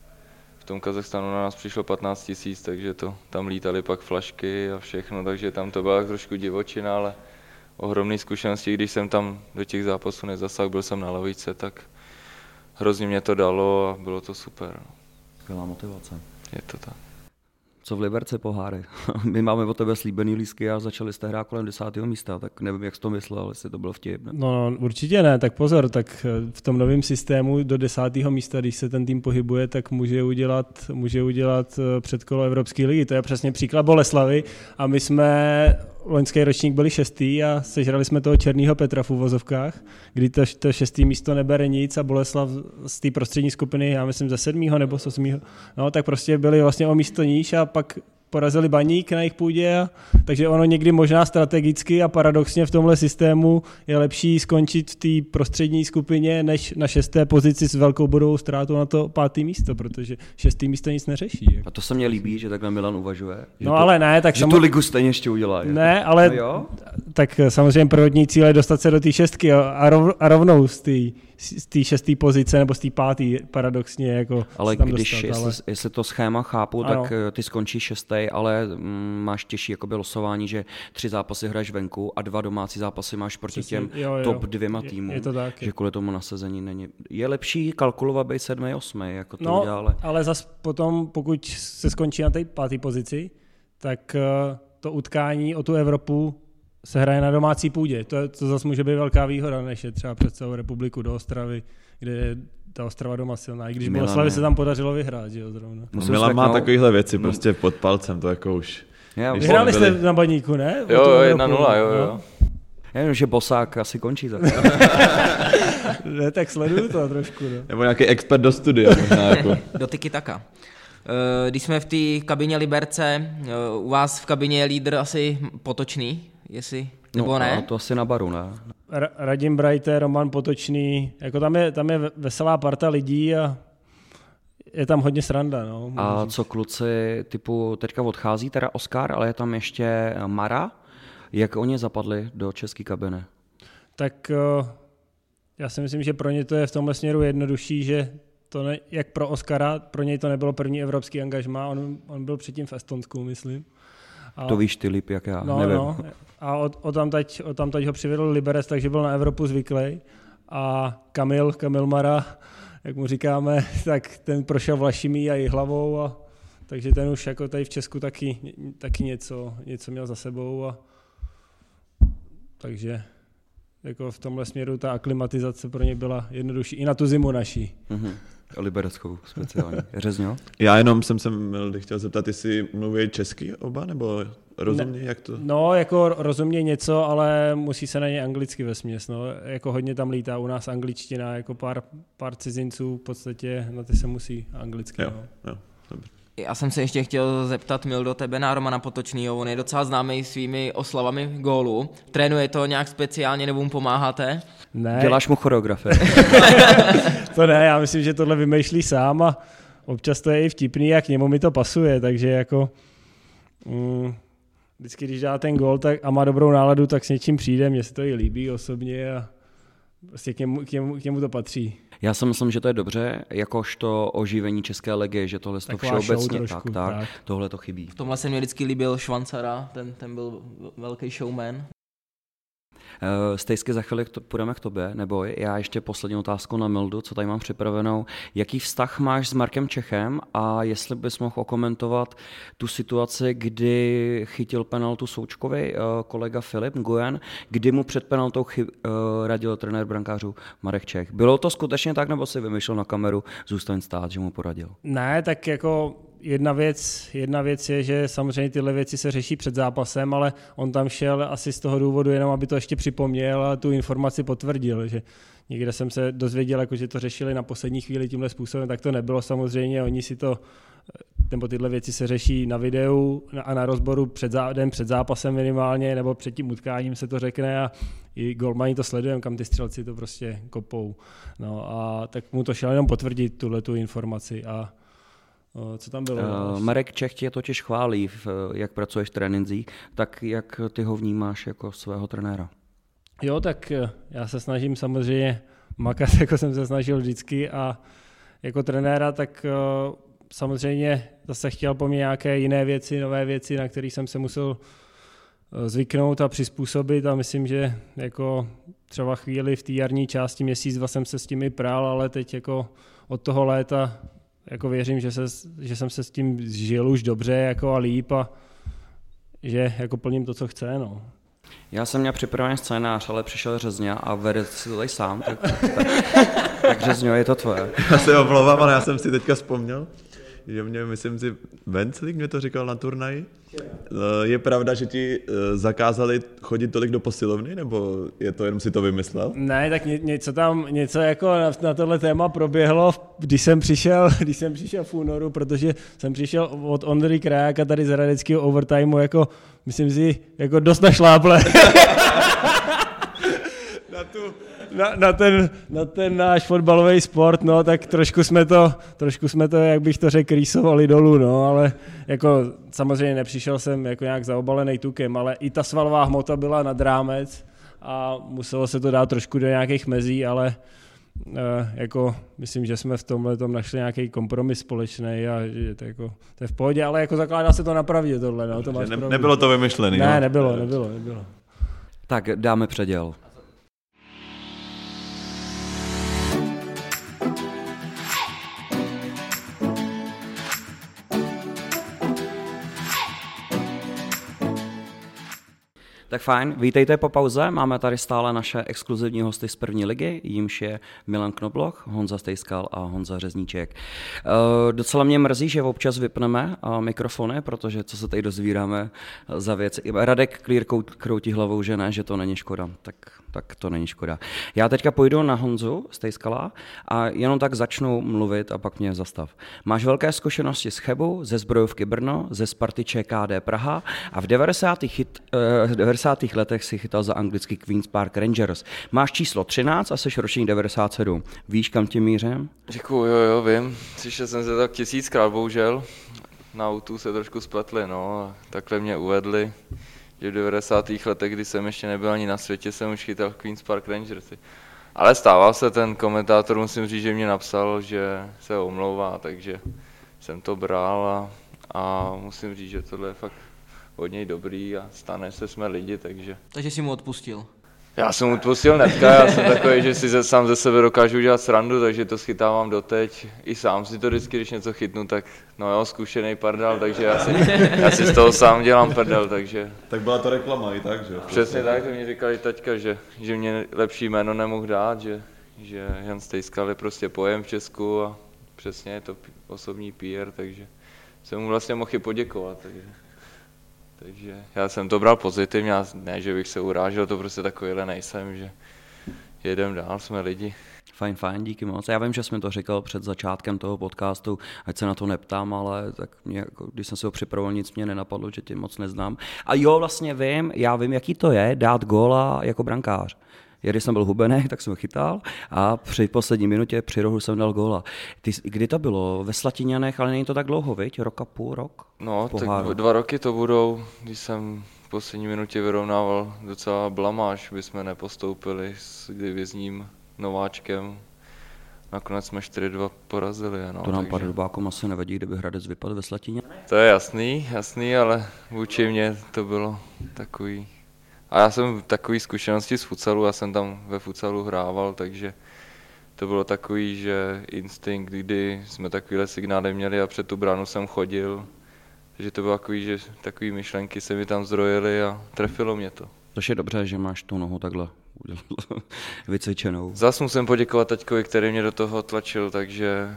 V tom Kazachstánu na nás přišlo 15 000, takže tam lítaly pak flašky a všechno, takže tam to byla trošku divočina, ale ohromné zkušenosti, když jsem tam do těch zápasů nezasahl, byl jsem na lavičce, tak hrozně mě to dalo a bylo to super. Skvělá motivace. Je to tak. Co v Liberci poháry? My máme od tebe slíbený lístky a začali jste hrát kolem 10. místa, tak nevím, jak jsi to myslel, jestli to bylo vtip. Ne? No, určitě ne, tak pozor, tak v tom novém systému do 10. místa, když se ten tým pohybuje, tak může udělat předkolo Evropské ligy. To je přesně příklad Boleslavy a my jsme loňský ročník byli 6. a sežrali jsme toho Černýho Petra v uvozovkách, kdy to 6. místo nebere nic a Boleslav z té prostřední skupiny, já myslím ze 7. nebo z 8. No, tak prostě byli vlastně o místo níž a pak porazili Baník na jejich půdě, takže ono někdy možná strategicky a paradoxně v tomhle systému je lepší skončit v té prostřední skupině, než na 6. pozici s velkou bodovou ztrátou na to 5. místo, protože 6. místo nic neřeší. A to se mně líbí, že takhle Milan uvažuje. No ale ne, tak že tu ligu stejně ještě udělá. Ne, ale no jo? Tak samozřejmě prvotní cíl je dostat se do té 6. a rovnou z té 6. pozice nebo z té 5. paradoxně jako ale tam když dostat, jestli to schéma chápu, ano. Tak ty skončíš 6., ale máš těžší jakoby losování, že 3 zápasy hraješ venku a 2 domácí zápasy máš proti těm top 2 týmům. Je to tak. Že kvůli tomu nasazení není. Je lepší kalkulovat být 7., 8., jako to udělá, ale zas potom, pokud se skončí na té 5. pozici, tak to utkání o tu Evropu se hraje na domácí půdě. To zase může být velká výhoda, než je třeba před celou republiku do Ostravy, kde je ta Ostrava doma silná. I když Boleslavi se tam podařilo vyhrát, že jo, zrovna. Milan má takovýhle věci prostě pod palcem, to jako už. Vyhráli jste na Baníku, ne? Jo, 1-0, jo. Já vím, že Bosák asi končí tak. Ne, tak sleduju to trošku. No. Nebo nějaký expert do studia možná jako. Do tiki-taka. Když jsme v té kabině Liberce, u vás v kabině je lídr asi Potočný, jestli, nebo ne? No, to asi na baru, ne? Radim Brajte, Roman Potočný, jako tam je veselá parta lidí a je tam hodně sranda. No. A co kluci typu, teďka odchází teda Oskar, ale je tam ještě Mara, jak oni zapadli do české kabiny? Tak já si myslím, že pro ně to je v tomhle směru jednodušší, že to ne, jak pro Oskara, pro něj to nebylo první evropský angažmá, on byl předtím v Estonsku, myslím. A to víš ty líp, jak já, nevím. No. A od tamtať ho přivedl Liberec, takže byl na Evropu zvyklý. A Kamil Mara jak mu říkáme, tak ten prošel Vlašimí a Jihlavou, a takže ten už jako tady v Česku taky něco měl za sebou, a takže jako v tomhle směru ta aklimatizace pro ně byla jednodušší i na tu zimu naší. Libereckou speciálně. Řezňo? Já jenom jsem se chtěl zeptat, jestli mluví česky oba, nebo rozumějí, jak to? No, jako rozumějí něco, ale musí se na ně anglicky vesměs. No. Jako hodně tam lítá u nás angličtina, jako pár cizinců v podstatě, na ty se musí anglicky. Jo, no. jo, dobře. Já jsem se ještě chtěl zeptat, Mildo, tebe na Romana Potočnýho, on je docela známý svými oslavami gólů. Trénuje to nějak speciálně nebo mu pomáháte? Ne. Děláš mu choreografie? To ne, já myslím, že tohle vymýšlí sám a občas to je i vtipný a k němu mi to pasuje, takže jako vždycky, když dá ten gól a má dobrou náladu, tak s něčím přijde, mně se to i líbí osobně a prostě k němu to patří. Já si myslím, že to je dobře, jakožto oživení České ligy, že tohle to všeobecně trošku, tak, tohle to chybí. V tomhle se mi vždycky líbil Švancara, ten byl velký showman. Stejsky, za chvíli půjdeme k tobě, neboj. Já ještě poslední otázku na Mildu, co tady mám připravenou. Jaký vztah máš s Markem Čechem a jestli bys mohl okomentovat tu situaci, kdy chytil penaltu Součkovi kolega Filip Nguyen, kdy mu před penaltou radil trenér brankářů Marek Čech. Bylo to skutečně tak, nebo si vymýšlel na kameru, zůstaň stát, že mu poradil? Ne, tak jako jedna věc je, že samozřejmě tyhle věci se řeší před zápasem, ale on tam šel asi z toho důvodu jenom, aby to ještě připomněl a tu informaci potvrdil, že někde jsem se dozvěděl, jako, že to řešili na poslední chvíli tímhle způsobem, tak to nebylo samozřejmě, oni si to, nebo tyhle věci se řeší na videu a na rozboru den před zápasem minimálně, nebo před tím utkáním se to řekne a i golmani to sledujeme, kam ty střelci to prostě kopou. No a tak mu to šel jenom potvrdit tuhletu informaci a co tam bylo? Marek Čech tě totiž chválí, jak pracuješ v trénincích, tak jak ty ho vnímáš jako svého trenéra? Jo, tak já se snažím samozřejmě makat, jako jsem se snažil vždycky a jako trenéra, tak samozřejmě zase chtěl po mně nějaké jiné věci, nové věci, na které jsem se musel zvyknout a přizpůsobit a myslím, že jako třeba chvíli v té jarní části měsíc, dva jsem se s tím i prál, ale teď jako od toho léta jako věřím, že jsem se s tím žil už dobře jako a líp a že jako plním to, co chce. No. Já jsem měl připravený scénář, ale přišel Řezňa a vede si to tady sám, tak Řezňo, je to tvoje. Já se omlouvám, ale já jsem si teďka vzpomněl, že mě, myslím si, Venclík mě to říkal na turnaji. Je pravda, že ti zakázali chodit tolik do posilovny, nebo je to jenom si to vymyslel? Ne, tak něco jako na tohle téma proběhlo, když jsem přišel v únoru, protože jsem přišel od Ondry Krajáka tady z hradeckého overtimeu, jako myslím si, jako dost našláple. na ten náš fotbalový sport, no, tak trošku jsme to, jak bych to řekl, rýsovali dolů, no, ale jako samozřejmě nepřišel jsem jako nějak zaobalený tukem, ale i ta svalová hmota byla nad rámec a muselo se to dát trošku do nějakých mezí, ale jako myslím, že jsme v tomhletom našli nějaký kompromis společný a že to je v pohodě, ale jako zakládá se to na pravdě tohle, no, to máš pravdu. Nebylo to vymyšlený, ne, jo? nebylo. Tak dáme předěl. Tak fajn, vítejte po pauze, máme tady stále naše exkluzivní hosty z první ligy, jímž je Milan Knobloch, Honza Stejskal a Honza Řezníček. Docela mě mrzí, že občas vypneme mikrofony, protože co se tady dozvíráme za věci. Radek Klír kroutí hlavou, že ne, že to není škoda, tak to není škoda. Já teďka půjdu na Honzu Stejskala a jenom tak začnu mluvit a pak mě zastav. Máš velké zkušenosti z Chebu, ze Zbrojovky Brno, ze Sparty ČKD Praha a v 90. letech si chytal za anglický Queen's Park Rangers. Máš číslo 13 a jsi ročník 97. Víš, kam tě mířím? Děkuju, jo, vím. Slyšel jsem se tak 1000krát, bohužel. Na autu se trošku spletli, no. A takhle mě uvedli, že v 90. letech, kdy jsem ještě nebyl ani na světě, jsem už chytal Queen's Park Rangers. Ale stával se, ten komentátor, musím říct, že mě napsal, že se omlouvá, takže jsem to bral a musím říct, že tohle je fakt od něj dobrý a stane se, jsme lidi, takže... Takže si mu odpustil. Já jsem odpustil hnedka, já jsem takový, že si sám ze sebe dokážu udělat srandu, takže to schytávám doteď. I sám si to vždycky, když něco chytnu, tak no jo, zkušený pardal, takže já si z toho sám dělám prdel, takže... Tak byla to reklama i tak, že jo? Přesně tak, to mi říkali teďka, že mě lepší jméno nemohl dát, že Jan Stejskal je prostě pojem v Česku a přesně je to osobní PR, takže jsem mu vlastně mohl i poděkovat, takže já jsem to bral pozitivně, ne, že bych se urážel, to prostě takovýhle nejsem, že jedem dál, jsme lidi. Fajn, díky moc. Já vím, že jsme to říkal před začátkem toho podcastu, ať se na to neptám, ale tak mě, když jsem se ho připravoval, nic mě nenapadlo, že tě moc neznám. A jo, vlastně já vím, jaký to je dát góla jako brankář. Když jsem byl hubený, tak jsem ho chytal a při poslední minutě při rohu jsem dal góla. Kdy to bylo? Ve Slatiňanech, ale není to tak dlouho, viď? Rok a půl, rok? No, tak 2 roky to budou, když jsem v poslední minutě vyrovnával docela blamáž, by jsme nepostoupili s divizním nováčkem. Nakonec jsme 4-2 porazili. No, to nám pardubákům asi nevadí, kdyby Hradec vypadl ve Slatině? To je jasný, ale vůči mně to bylo takový... A já jsem takový zkušenosti z futsalu, já jsem tam ve futsalu hrával, takže to bylo takový, že instinkt, kdy jsme takovýhle signály měli a před tu bránu jsem chodil, takže to bylo takový, že takový myšlenky se mi tam zrojily a trefilo mě to. Což je dobře, že máš tu nohu takhle vycvičenou. Zas musím poděkovat taťkovi, který mě do toho tlačil, takže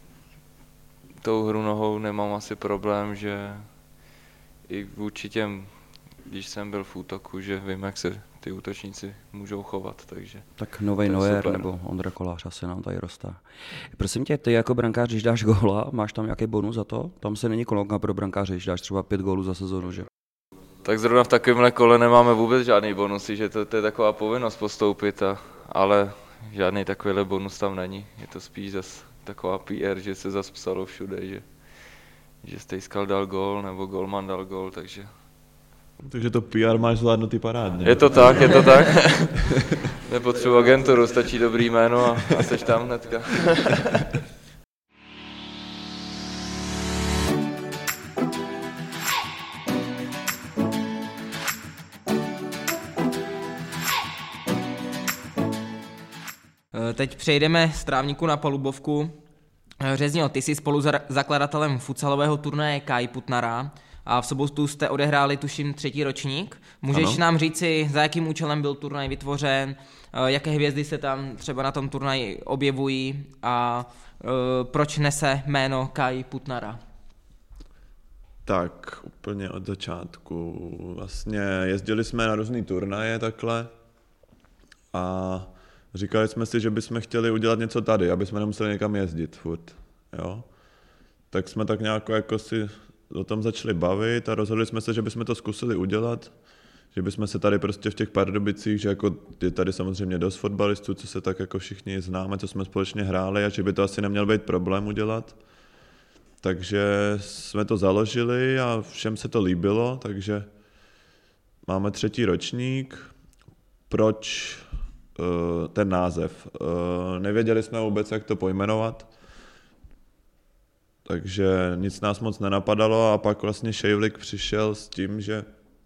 tou hru nohou nemám asi problém, že i vůči těm, když jsem byl v útoku, že vím, jak se ty útočníci můžou chovat, takže... Tak novej Neuer nebo Ondra Kolář asi nám tady roste. Prosím tě, ty jako brankář, když dáš góla, máš tam nějaký bonus za to? Tam se není kolonka pro brankáře, když dáš třeba 5 gólů za sezonu, že? Tak zrovna v takovémhle kole nemáme vůbec žádný bonusy, že to je taková povinnost postoupit, ale žádný takovýhle bonus tam není. Je to spíš zase taková PR, že se zase psalo všude, že Stejskal dal gól nebo golman dal gól, takže... Takže to PR máš zvládnutý parádně. Je to tak. Nepotřebuji agenturu, stačí dobrý jméno a seš tam hnedka. Teď přejdeme z trávníku na palubovku. Řezňo, ty jsi spoluzakladatelem futsalového turnaje Kai Putnara a v sobotu jste odehráli, tuším, 3. ročník. Můžeš nám říci, za jakým účelem byl turnaj vytvořen, jaké hvězdy se tam třeba na tom turnaji objevují a proč nese jméno Kai Putnara? Tak, úplně od začátku. Vlastně jezdili jsme na různý turnaje takhle a říkali jsme si, že bychom chtěli udělat něco tady, aby jsme nemuseli někam jezdit furt, jo. Tak jsme tak nějak jako si o tom začali bavit a rozhodli jsme se, že bychom to zkusili udělat, že bychom se tady prostě v těch Pardubicích, že jako je tady samozřejmě dost fotbalistů, co se tak jako všichni známe, co jsme společně hráli a že by to asi neměl být problém udělat. Takže jsme to založili a všem se to líbilo, takže máme 3. ročník. Proč ten název? Nevěděli jsme vůbec, jak to pojmenovat, takže nic nás moc nenapadalo a pak vlastně Šejvlik přišel s tím, že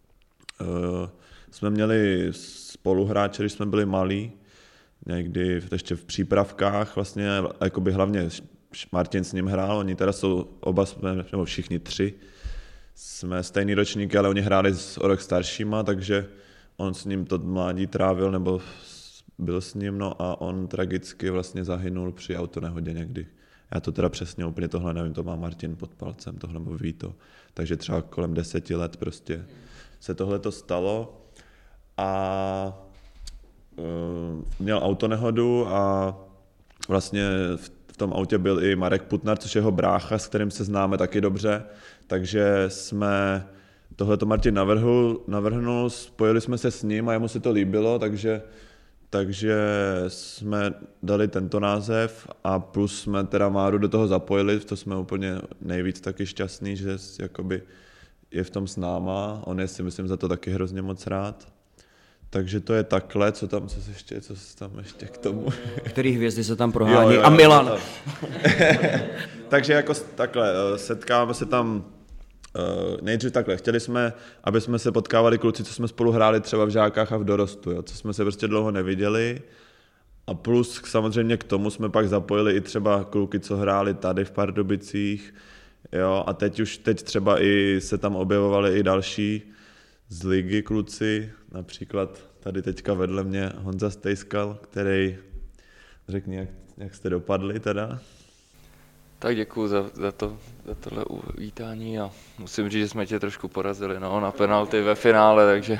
jsme měli spoluhráče, když jsme byli malí, někdy ještě v přípravkách, vlastně jakoby hlavně Martin s ním hrál, oni teda jsou oba, nebo všichni 3, jsme stejný ročníky, ale oni hráli o rok staršíma, takže on s ním to mládí trávil, nebo byl s ním, no a on tragicky vlastně zahynul při autonehodě někdy. Já to teda přesně úplně tohle nevím, to má Martin pod palcem, tohle ví to. Takže třeba kolem 10 let prostě se tohleto stalo a měl autonehodu a vlastně v tom autě byl i Marek Putnar, což je jeho brácha, s kterým se známe taky dobře, takže jsme tohleto Martin navrhnul, spojili jsme se s ním a jemu se to líbilo, takže jsme dali tento název a plus jsme teda Máru do toho zapojili, to jsme úplně nejvíc taky šťastný, že jakoby je v tom s náma, on je si myslím za to taky hrozně moc rád. Takže to je takhle, co se tam ještě k tomu. Který hvězdy se tam prohání? A Milan. Takže jako takhle, setkáváme se tam nejdřív takhle, chtěli jsme, aby jsme se potkávali kluci, co jsme spolu hráli třeba v žákách a v dorostu, jo, co jsme se prostě dlouho neviděli. A plus samozřejmě k tomu jsme pak zapojili i třeba kluky, co hráli tady v Pardubicích, jo, a teď třeba i se tam objevovali i další z ligy kluci, například tady teďka vedle mě Honza Stejskal, který, řekni, jak jste dopadli teda. Tak děkuju za tohle uvítání a musím říct, že jsme tě trošku porazili na penalty ve finále, takže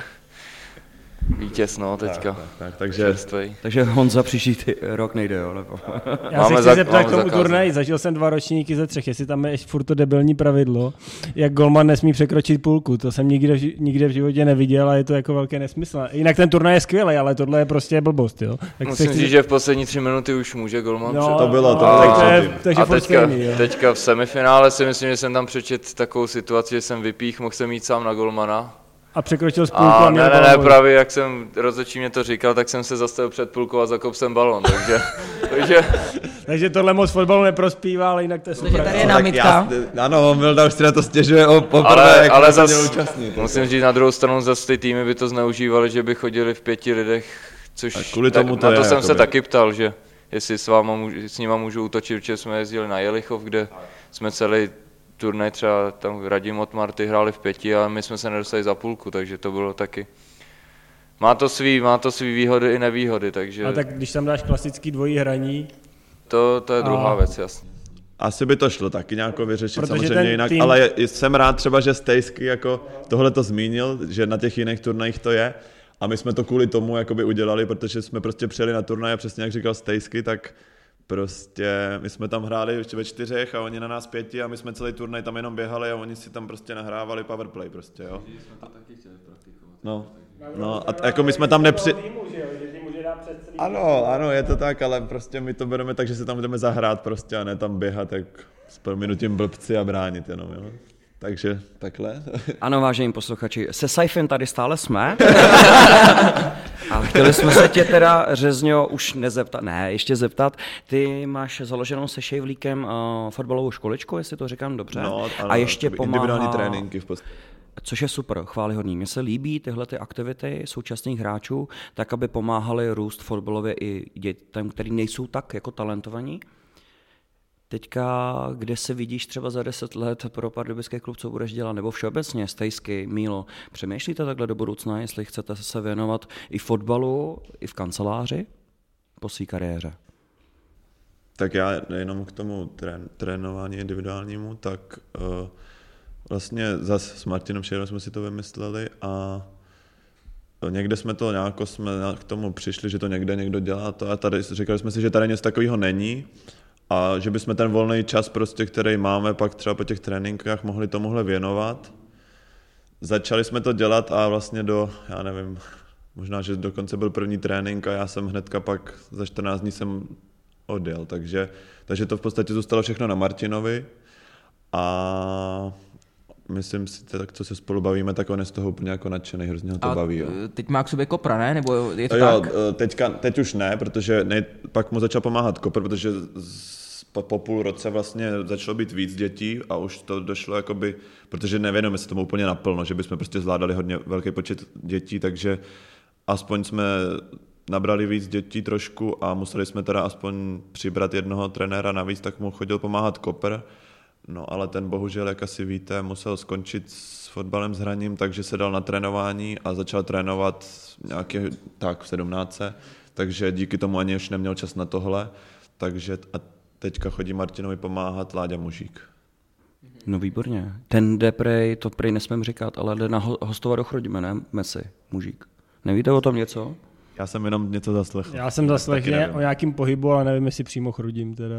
vítěz, teďka. Takže Honza příští rok nejde, jo? Nebo... Já se chci zeptat k tomu turnaji, zažil jsem 2 ročníky ze 3, jestli tam je furt to debilní pravidlo, jak golman nesmí překročit půlku, to jsem nikde v životě neviděl a je to jako velké nesmysl. Jinak ten turnaj je skvělý, ale tohle je prostě blbost, jo? Tak musím říct, že v poslední 3 minuty už může golman to bylo. Takže a teďka v semifinále si myslím, že jsem tam přečet takovou situaci, že jsem vypích, mohl jsem jít sám na golmana. A překročil z půlku a měl ne, právě jak jsem rozhodčí mě to říkal, tak jsem se zastavil před půlkou a zakop jsem balon, takže tohle moc fotbalu neprospívá, ale jinak to je super. Takže tady je námitka. Ano, Milda už si na to stěžuje poprvé, ale zase musím říct, na druhou stranu zase ty týmy by to zneužívali, že by chodili v 5 lidech, což kvůli tomu na to jsem se taky ptal, že jestli s nima můžu útočit, protože jsme jezdili na Jelichov, kde jsme celý turnaj třeba tam Radim od Marty hráli v 5 a my jsme se nedostali za půlku, takže to bylo taky. Má to svý výhody i nevýhody, takže... A tak když tam dáš klasický dvojí hraní... To je druhá věc, jasně. Asi by to šlo taky nějak vyřešit, protože samozřejmě jinak, ale jsem rád třeba, že Stejsky jako tohle to zmínil, že na těch jiných turnajích to je a my jsme to kvůli tomu jakoby udělali, protože jsme prostě přijeli na turnaj a přesně jak říkal Stejsky, tak prostě my jsme tam hráli ve 4 a oni na nás 5 a my jsme celý turnaj tam jenom běhali a oni si tam prostě nahrávali powerplay prostě, jo. No a jako my jsme tam Ano, je to tak, ale prostě my to bereme tak, že se tam budeme zahrát prostě a ne tam běhat jak s prominutím blbci a bránit jenom, jo. Takže takhle. Ano, vážení posluchači, se Saifem tady stále jsme. A chtěli jsme se tě teda, Řezňo, už ještě zeptat. Ty máš založenou se Šejvlíkem fotbalovou školičku, jestli to říkám dobře. No, ano, a ještě pomáhá... individuální tréninky v podstatě. Což je super, chvályhodný. Mně se líbí tyhle ty aktivity současných hráčů, tak aby pomáhali růst fotbalově i dětem, který nejsou tak jako talentovaní. Teďka, kde se vidíš třeba za 10 let pro pardubický klub, co budeš dělat, nebo všeobecně, Stejsky, Mílo, přemýšlíte takhle do budoucna, jestli chcete se věnovat i fotbalu, i v kanceláři po své kariéře? Tak já jenom k tomu trénování individuálnímu, tak vlastně zase s Martinem Šejrem jsme si to vymysleli a někde jsme k tomu přišli, že to někdo dělá to a tady říkali jsme si, že tady něco takového není a že bychom ten volný čas prostě, který máme pak třeba po těch tréninkách mohli tomuhle věnovat. Začali jsme to dělat a vlastně já nevím, možná, že dokonce byl první trénink a já jsem hnedka pak za 14 dní jsem odjel, takže to v podstatě zůstalo všechno na Martinovi a myslím si, tak co se spolu bavíme, tak on je z toho úplně jako nadšený, hrozně ho to baví. Jo. Teď má k sobě Kopra, ne? Nebo je to jo, tak? Teď už ne, protože pak mu začal pomáhat Kopr, protože po půl roce vlastně začalo být víc dětí a už to došlo jakoby, protože nevěnujeme se tomu úplně naplno, že bychom prostě zvládali hodně velký počet dětí, takže aspoň jsme nabrali víc dětí trošku a museli jsme teda aspoň přibrat jednoho trenéra navíc, tak mu chodil pomáhat Kopr. No ale ten bohužel, jak asi víte, musel skončit s fotbalem s hraním, takže se dal na trénování a začal trénovat nějaký tak v 17. Takže díky tomu ani už neměl čas na tohle. Takže a teďka chodí Martinovi pomáhat Láďa Mužík. No výborně. Ten jde to prej nesmím říkat, ale jde na hostovat do Chrudimi, ne? Messi, Mužík. Nevíte o tom něco? Já jsem jenom něco zaslechl. Já jsem zaslechl o nějakým pohybu, ale nevím, jestli přímo Chrudim teda.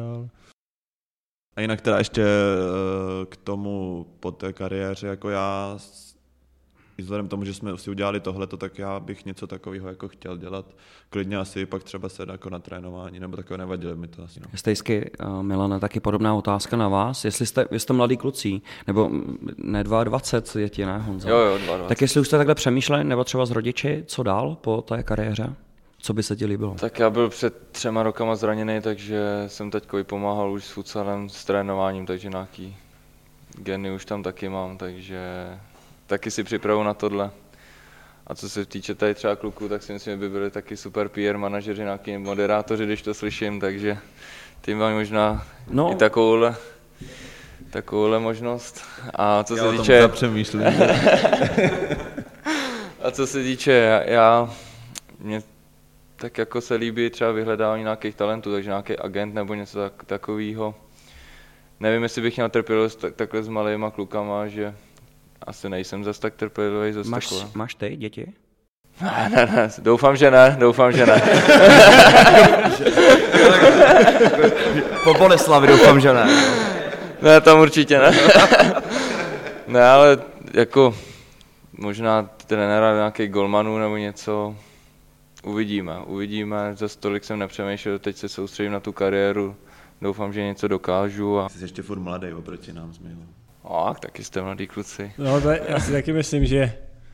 A jinak teda ještě k tomu po té kariéře, jako já, i vzhledem tomu, že jsme si udělali tohleto, tak já bych něco takového jako chtěl dělat. Klidně asi pak třeba se jako na trénování, nebo takové nevadilo mi to asi. No. Stejsky, Milane, taky podobná otázka na vás. Jestli jste mladý kluci, nebo ne 22 je ti, ne Honza? Jo, 22. Tak jestli už jste takhle přemýšleli, nebo třeba s rodiči, co dál po té kariéře? Co by se ti líbilo? Tak já byl před 3 rokama zraněný, takže jsem teďko pomáhal už s futsalem, s trénováním, takže nějaký geny už tam taky mám, takže taky si připravu na tohle. A co se týče tady třeba kluků, tak si myslím, že by byli taky super PR manažeři, nějaký moderátoři, když to slyším, takže tím mám možná i takovouhle možnost. A co se týče... A co se týče, mě tak jako se líbí třeba vyhledávání nějakých talentů, takže nějaký agent nebo něco takového. Nevím, jestli bych měl trpělivost takhle s malýma klukama, že asi nejsem zas tak trpělivý. Máš ty děti? Ne, doufám, že ne. Po Boleslavi doufám, že ne. Ne, tam určitě ne. Ne, ale jako možná trenéra nějakých golmanů nebo něco. Uvidíme, zase tolik jsem nepřemýšlel, teď se soustředím na tu kariéru, doufám, že něco dokážu. Jsi ještě furt mladý oproti nám s Milou. Taky jste mladí kluci. No, já si taky myslím, že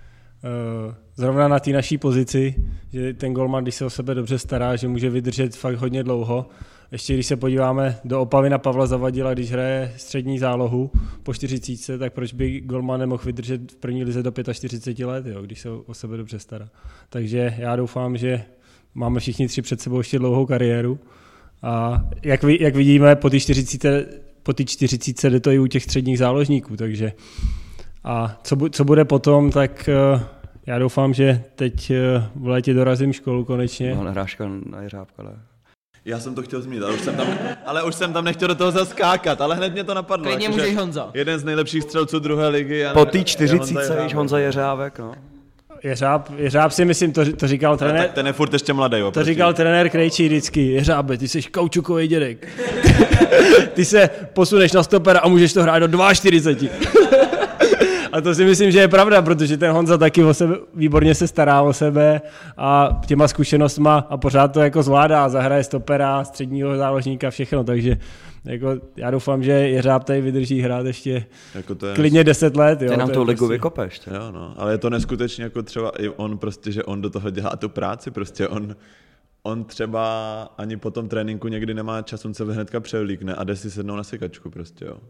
zrovna na té naší pozici, že ten golman, když se o sebe dobře stará, že může vydržet fakt hodně dlouho. Ještě když se podíváme do Opavy na Pavla Zavadila, když hraje střední zálohu po 40, tak proč by golman nemohl vydržet v první lize do 45 let, jo, když se o sebe dobře stará. Takže já doufám, že máme všichni tři před sebou ještě dlouhou kariéru a jak vidíme, po té 40 jde to i u těch středních záložníků, takže a co bude potom, tak já doufám, že teď v létě dorazím školu konečně. No, nehráška na Jeřábka, ale... Já jsem to chtěl zmínit, ale už jsem tam nechtěl do toho zaskákat, ale hned mě to napadlo. Klidně můžeš, Honzo. Jeden z nejlepších střelců druhé ligy. Po té 40 již Honza Jeřábek, no. Jeřáb si myslím, to říkal trenér. Ten je furt ještě mladý. To říkal trenér Krejčí vždycky. Jeřábe, ty jsi kaučukový dědek. Ty se posuneš na stopera a můžeš to hrát do 42. A to si myslím, že je pravda, protože ten Honza taky o sebe, výborně se stará o sebe a těma zkušenostma a pořád to jako zvládá, zahraje stopera, středního záložníka, všechno, takže jako já doufám, že Jeřáb tady vydrží hrát ještě jako klidně 10 let. Jo, ty nám tu ligu prostě... vykopeš. Jo, no, ale je to neskutečně jako třeba i on prostě, že on do toho dělá tu práci, prostě on třeba ani po tom tréninku někdy nemá čas, on se hnedka převlíkne a jde si sednout na sekačku prostě, jo.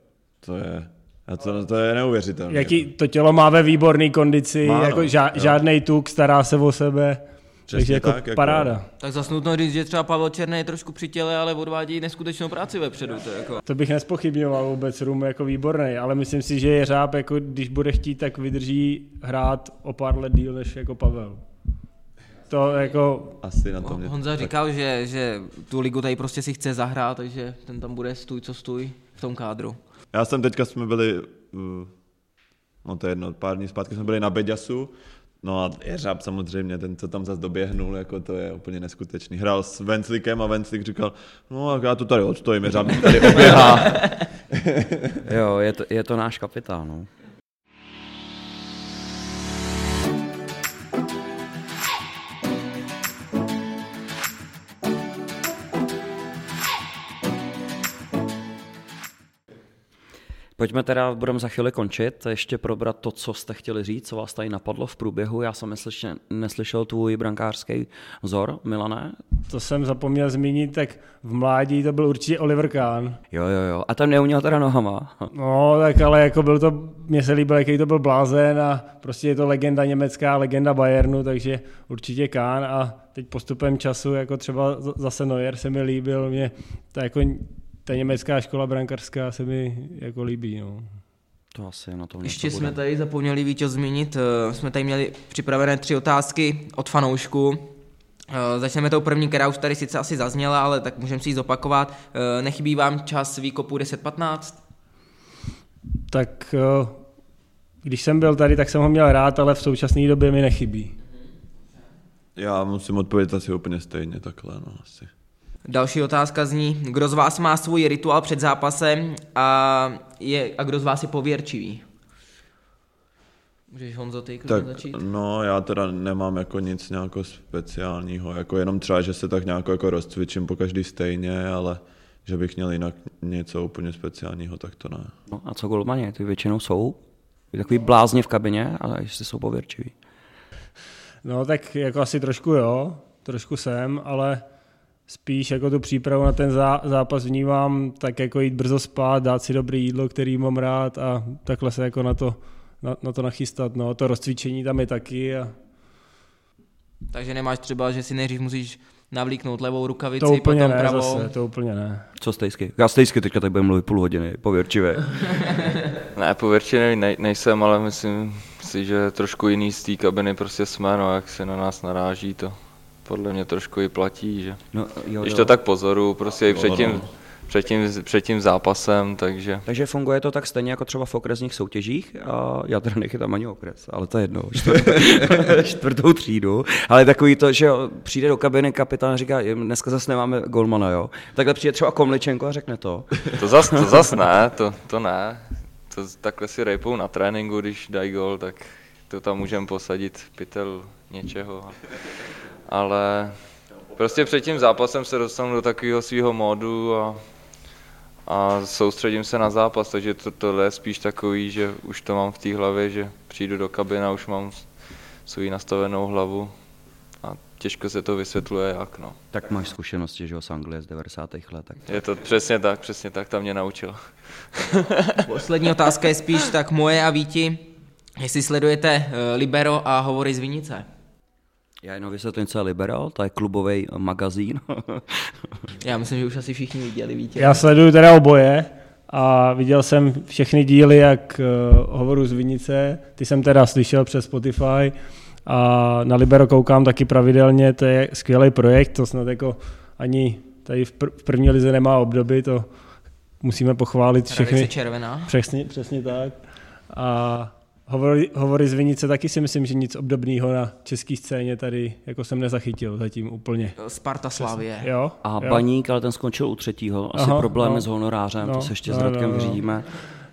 To je neuvěřitelné. Jaký to tělo má ve výborné kondici, jako žádnej tuk, stará se o sebe. Přesně takže jako tak, paráda. Jako... Tak zas nutno říct, že třeba Pavel Černý je trošku při těle, ale odvádí neskutečnou práci vepředu. To bych nespochybňoval vůbec, Rum jako výborný, ale myslím si, že Jeřáb, jako když bude chtít, tak vydrží hrát o pár let díl než jako Pavel. To jako... Asi na tom Honza říkal, že tu ligu tady prostě si chce zahrát, takže ten tam bude stůj co stůj v tom kádru. Já jsem teďka jsme byli, no to je jedno, pár dní zpátky jsme byli na Beďasu, no a Jeřáb samozřejmě, ten, co tam zase doběhnul, jako to je úplně neskutečný. Hrál s Venclíkem a Venclík říkal, no já tu tady odstojím, Jeřáb tady oběhá. Jo, je to náš kapitán, no. Pojďme teda, budeme za chvíli končit, ještě probrat to, co jste chtěli říct, co vás tady napadlo v průběhu. Já jsem neslyšel tvůj brankářský vzor, Milane. To jsem zapomněl zmínit, tak v mládí to byl určitě Oliver Kahn. Jo, a tam neuměl teda nohama. No, tak ale jako mně se líbil, jaký to byl blázen a prostě je to legenda německá, legenda Bayernu, takže určitě Kahn a teď postupem času, jako třeba zase Neuer se mi líbil, mě to jako... Ta německá škola brankařská se mi jako líbí. No. To asi na tom ještě jsme tady zapomněli Víťo zmínit, jsme tady měli připravené 3 otázky od fanoušku. Začneme tou první, která už tady sice asi zazněla, ale tak můžeme si ji zopakovat. Nechybí vám čas výkopu 10-15? Tak když jsem byl tady, tak jsem ho měl rád, ale v současné době mi nechybí. Já musím odpovědět asi úplně stejně takhle, no asi. Další otázka zní, kdo z vás má svůj rituál před zápasem a kdo z vás je pověrčivý? Můžeš, Honzo, ty začít? No, já teda nemám jako nic nějakého speciálního, jako jenom třeba, že se tak nějak jako rozcvičím po každý stejně, ale že bych měl jinak něco úplně speciálního, tak to ne. No a co golmani? Ty většinou jsou takový blázni v kabině, ale jestli jsou pověrčiví. No tak jako asi trošku jo, trošku jsem, ale spíš jako tu přípravu na ten zápas vnímám tak jako jít brzo spát, dát si dobré jídlo, který mám rád a takhle se jako na to nachystat. No. To rozcvičení tam je taky. Takže nemáš třeba, že si nejdřív musíš navlíknout levou rukavici, to úplně potom ne, pravou? Zase, to úplně ne. Co stejsky? Já stejsky teďka tak budeme mluvit půl hodiny, pověrčivě. Ne, pověrčivý nejsem, ale myslím si, že trošku jiný z té kabiny prostě jsme, no, jak se na nás naráží, to podle mě trošku i platí, že No, jo, když jo. to tak pozoru, prostě i před tím zápasem, takže... Takže funguje to tak stejně jako třeba v okresních soutěžích, a já teda nechytám ani okres, ale to je jedno, čtvrtou třídu, ale takový to, že jo, přijde do kabiny kapitán a říká, dneska zase nemáme golmana, jo. Takhle přijde třeba Komličenko a řekne to. To zas ne, to ne. To takhle si rejpou na tréninku, když dají gol, tak to tam můžeme posadit pytel něčeho. Ale prostě před tím zápasem se dostanu do takového svého módu a soustředím se na zápas, takže tohle je spíš takový, že už to mám v té hlavě, že přijdu do kabiny a už mám svou nastavenou hlavu a těžko se to vysvětluje jak, no. Tak máš zkušenosti, že jo, z Anglie z 90. let. Tak. Je to přesně tak, tam mě naučil. Poslední otázka je spíš tak moje a Víti, jestli sledujete Libero a Hovory z Vinice. Já jenom vysvětlím, co je Libero, to je klubový magazín. Já myslím, že už asi všichni viděli, Víti. Já sleduju teda oboje a viděl jsem všechny díly, jak Hovoru z Vinice, ty jsem teda slyšel přes Spotify a na Libero koukám taky pravidelně, to je skvělý projekt, to snad jako ani tady v první lize nemá obdoby, to musíme pochválit všechny. Radice červená. Přesně tak. A Hovory z Vinice taky si myslím, že nic obdobného na české scéně tady jako jsem nezachytil zatím úplně. Sparta Slavie. Jo? A jo. Baník, ale ten skončil u 3. Asi problémy s honorářem, to se ještě s Radkem vyřídíme.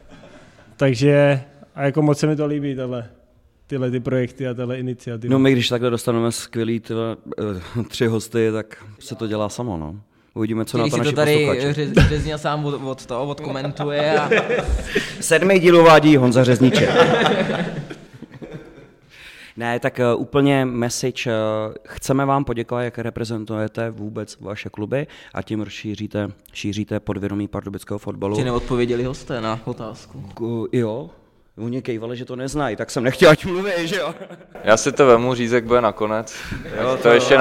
Takže a jako moc se mi to líbí, tyhle ty projekty a tyhle iniciativy. No my, když takhle dostaneme skvělý 3 hosty, tak se to dělá samo, no. Uvidíme, co na to naši posluchači. Když si to tady Řezně sám odkomentuje. A... 7. díl uvádí Honza Řezníček. Ne, tak úplně message. Chceme vám poděkovat, jak reprezentujete vůbec vaše kluby a tím šíříte podvědomí pardubického fotbalu. Ti neodpověděli hosté na otázku. Jo, oni kejvali, že to neznají, tak jsem nechtěl, ať mluví, že jo. Já si to vemu, řízek bude nakonec. Jo, to ještě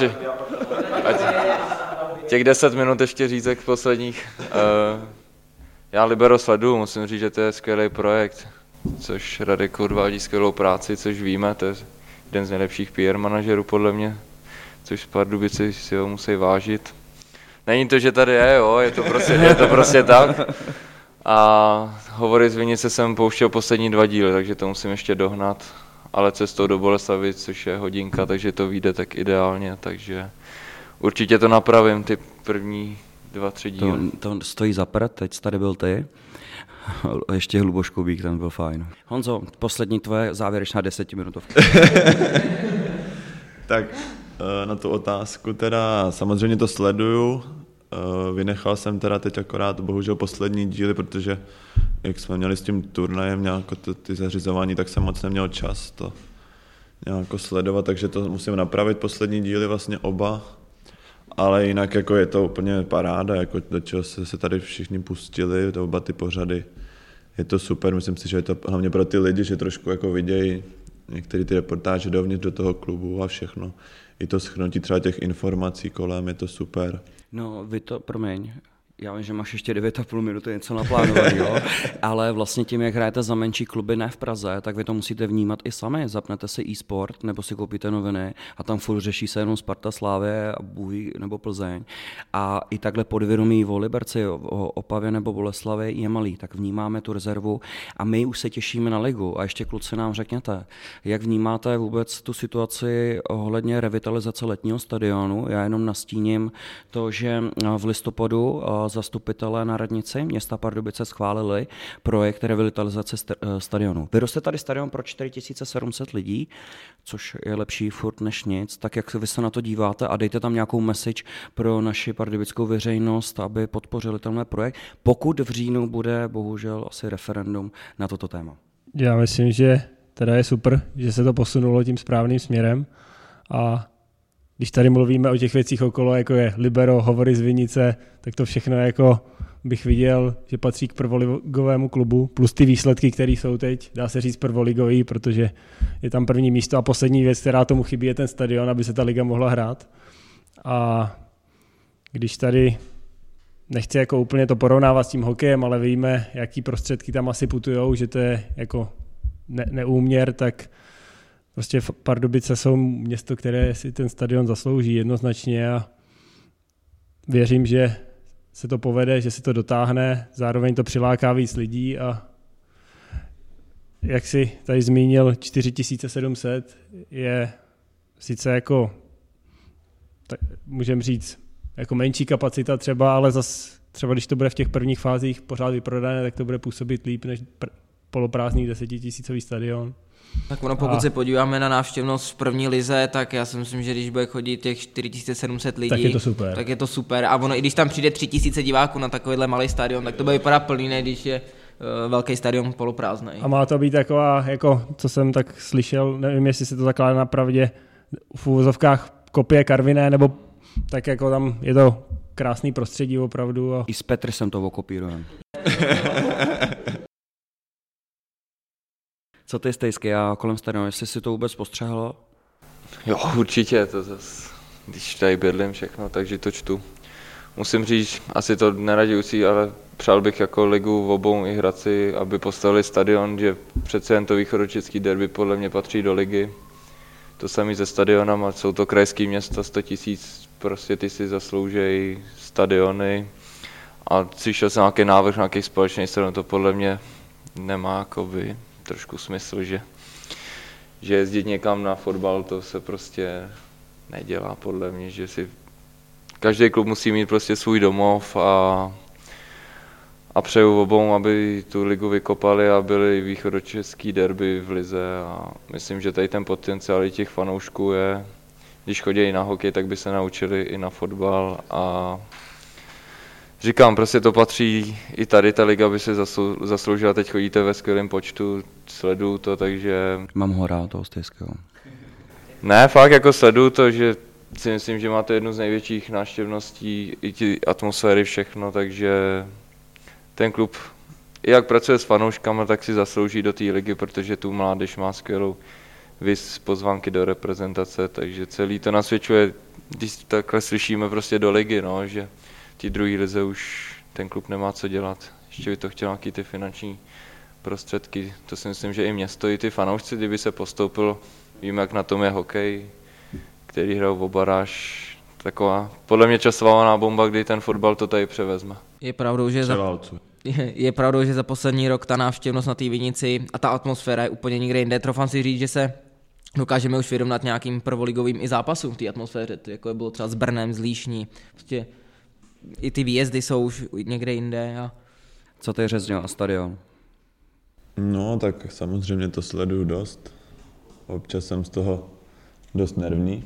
těch 10 minut ještě řízek posledních. Já Libero sleduju, musím říct, že to je skvělý projekt, což Radek odvádí skvělou práci, což víme, to je jeden z nejlepších PR manažerů podle mě, což Pardubici si ho musí vážit. Není to, že tady je, jo, je to prostě tak. A Hovory z Vinice jsem pouštěl poslední 2 díly, takže to musím ještě dohnat, ale cestou do Boleslavy, což je hodinka, takže to vyjde tak ideálně, takže určitě to napravím, ty první 2-3 díly. To stojí za prd, teď tady byl ty. Ještě Hluboškovýk, ten byl fajn. Honzo, poslední tvoje závěrečná 10minutovka. Tak na tu otázku teda samozřejmě to sleduju. Vynechal jsem teda teď akorát bohužel poslední díly, protože jak jsme měli s tím turnajem nějako ty zařizování, tak jsem moc neměl čas to nějako sledovat, takže to musím napravit poslední díly vlastně oba. Ale jinak jako je to úplně paráda, jako do čeho se tady všichni pustili, to oba ty pořady. Je to super, myslím si, že je to hlavně pro ty lidi, že trošku jako vidějí některé ty reportáže dovnitř do toho klubu a všechno. I to shrnutí třeba těch informací kolem, je to super. No, promiň, já vím, že máš ještě 9,5 minuty něco naplánovaného, ale vlastně tím, jak hrajete za menší kluby, ne v Praze, tak vy to musíte vnímat i sami. Zapnete si e-sport nebo si koupíte noviny a tam furt řeší se jenom Sparta, Slavie a Bůh nebo Plzeň. A i takhle podvědomí o Liberci, o Opavě nebo Boleslavi je malý, tak vnímáme tu rezervu a my už se těšíme na ligu. A ještě kluci nám řekněte, jak vnímáte vůbec tu situaci ohledně revitalizace letního stadionu. Já jenom nastíním to, že v listopadu zastupitelé na radnici města Pardubice schválili projekt revitalizace stadionu. Vyroste tady stadion pro 4700 lidí, což je lepší furt než nic. Tak jak vy se na to díváte a dejte tam nějakou message pro naši pardubickou veřejnost, aby podpořili tenhle projekt, pokud v říjnu bude bohužel asi referendum na toto téma. Já myslím, že teda je super, že se to posunulo tím správným směrem a když tady mluvíme o těch věcích okolo, jako je libero, hovory z Vinice, tak to všechno jako bych viděl, že patří k prvoligovému klubu, plus ty výsledky, které jsou teď, dá se říct prvoligový, protože je tam první místo a poslední věc, která tomu chybí, je ten stadion, aby se ta liga mohla hrát. A když tady, nechci jako úplně to porovnávat s tím hokejem, ale víme, jaký prostředky tam asi putujou, že to je jako neúměr, tak prostě Pardubice jsou město, které si ten stadion zaslouží jednoznačně a věřím, že se to povede, že se to dotáhne, zároveň to přiláká víc lidí a jak si tady zmínil, 4700 je sice jako, můžeme říct, jako menší kapacita třeba, ale zas třeba když to bude v těch prvních fázích pořád vyprodané, tak to bude působit líp než poloprázdný 10 000 stadion. Tak ono, pokud se podíváme na návštěvnost v první lize, tak já si myslím, že když bude chodit těch 4700 lidí, tak je to super. A ono, i když tam přijde 3000 diváků na takovýhle malý stadion, tak to bude vypadat plný, ne když je velký stadion poloprázdný. A má to být taková, jako co jsem tak slyšel, nevím, jestli se to zakládá na pravdě, v úvozovkách kopie Karviné, nebo tak jako tam je to krásný prostředí opravdu. A... I s Petry jsem to okopírujem. Co ty, Stejsky, a kolem stadionu, jestli si to vůbec postřehlo? Jo, určitě, to zase, když tady bydlím všechno, takže to čtu. Musím říct, asi to neradějúcí, ale přál bych jako ligu v obou i Hradci, aby postavili stadion, že přece jen to východočeský derby podle mě patří do ligy. To samé se stadionama, jsou to krajský města, 100 000, prostě ty si zasloužejí stadiony. A slyšel jsem nějaký návrh, nějaký společný stadion, to podle mě nemá jakoby trošku smysl, že jezdit někam na fotbal, to se prostě nedělá podle mě, že si každý klub musí mít prostě svůj domov a přeju obou, aby tu ligu vykopali a byly východočeský derby v lize a myslím, že tady ten potenciál i těch fanoušků je, když chodí na hokej, tak by se naučili i na fotbal a říkám, prostě to patří, i tady ta liga by se zasloužila, teď chodíte ve skvělém počtu, sleduju to, takže... Mám ho rád, toho Stejského. Ne, fakt jako sleduju to, že si myslím, že máte jednu z největších návštěvností, i ty atmosféry, všechno, takže ten klub, i jak pracuje s fanouškama, tak si zaslouží do té ligy, protože tu mládež má skvělou pozvánky do reprezentace, takže celý to nasvědčuje, když takhle slyšíme prostě do ligy, no, že v druhé lize už ten klub nemá co dělat. Ještě by to chtěl nějaký ty finanční prostředky, to si myslím, že i město, i ty fanoušci, kdyby se postoupil, víme, jak na tom je hokej, který hrajou v baráž, taková podle mě časovaná bomba, kdy ten fotbal to tady převezme. Je pravdou, že za poslední rok ta návštěvnost na té Vinici a ta atmosféra je úplně někde jinde. Trofám si říct, že se dokážeme už vyrovnat nějakým prvoligovým i zápasům v té atmosféře, jako bylo třeba s Brnem, z Líšní. Prostě i ty výjezdy jsou už někde jinde. A... Co ty, Řezňo, a stadion? No, tak samozřejmě to sleduju dost. Občas jsem z toho dost nervní,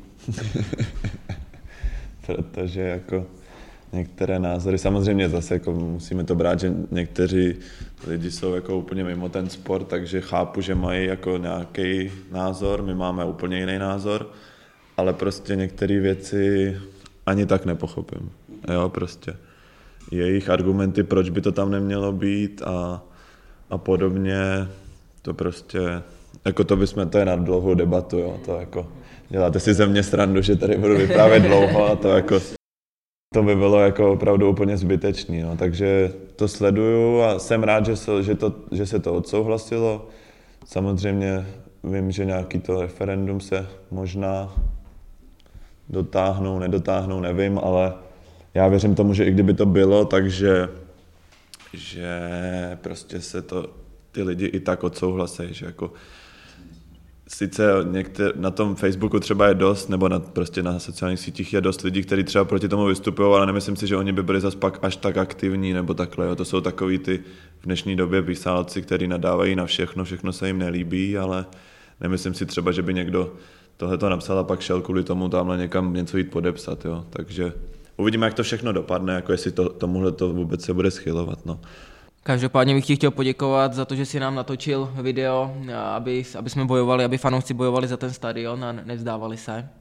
protože jako některé názory, samozřejmě zase jako musíme to brát, že někteří lidi jsou jako úplně mimo ten sport, takže chápu, že mají jako nějaký názor, my máme úplně jiný názor, ale prostě některé věci ani tak nepochopím. Jo, prostě jejich argumenty, proč by to tam nemělo být a podobně, to prostě, jako to je na dlouhou debatu, jo, to jako, děláte si ze mě srandu, že tady budu vyprávět dlouho a to jako, to by bylo jako opravdu úplně zbytečný, no, takže to sleduju a jsem rád, že se to odsouhlasilo. Samozřejmě vím, že nějaký to referendum se možná nedotáhnou, nevím, ale já věřím tomu, že i kdyby to bylo, takže že prostě se to ty lidi i tak odsouhlasí, že jako sice na tom Facebooku třeba je dost, nebo prostě na sociálních sítích je dost lidí, kteří třeba proti tomu vystupují, ale nemyslím si, že oni by byli zas pak až tak aktivní, nebo takhle. Jo. To jsou takový ty v dnešní době písálci, kteří nadávají na všechno se jim nelíbí, ale nemyslím si třeba, že by někdo tohleto napsal a pak šel kvůli tomu tamhle někam něco jít podepsat. Jo. Takže uvidíme, jak to všechno dopadne, jako jestli tomuhle to vůbec se bude schylovat. No. Každopádně bych ti chtěl poděkovat za to, že jsi nám natočil video, aby jsme bojovali, aby fanoušci bojovali za ten stadion a nevzdávali se.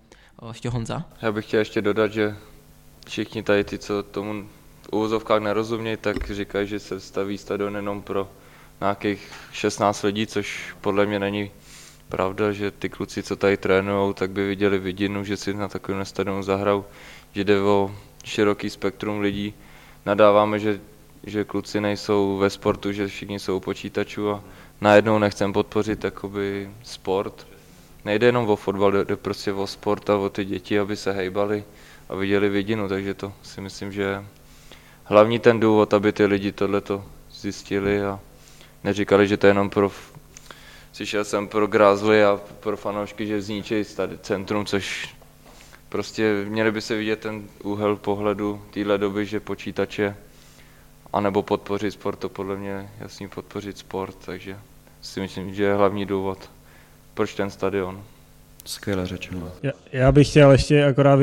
ještě Honza. Já bych chtěl ještě dodat, že všichni tady ty, co tomu v uvozovkách nerozumějí, tak říkají, že se staví stadion jenom pro nějakých 16 lidí, což podle mě není pravda, že ty kluci, co tady trénujou, tak by viděli vidinu, že si na takovém stadionu zahrajou, že jde o široký spektrum lidí. Nadáváme, že kluci nejsou ve sportu, že všichni jsou u počítačů a najednou nechcem podpořit jakoby sport. Nejde jenom o fotbal, jde prostě o sport a o ty děti, aby se hejbali a viděli vidinu, takže to si myslím, že je hlavní ten důvod, aby ty lidi tohleto zjistili a neříkali, že to je jenom slyšel jsem pro grázly a pro fanoušky, že zničí centrum, což prostě měli by se vidět ten úhel pohledu téhle doby, že počítače anebo podpořit sport, to podle mě jasně podpořit sport, takže si myslím, že je hlavní důvod, proč ten stadion. Skvěle řečeno. Já bych chtěl ještě akorát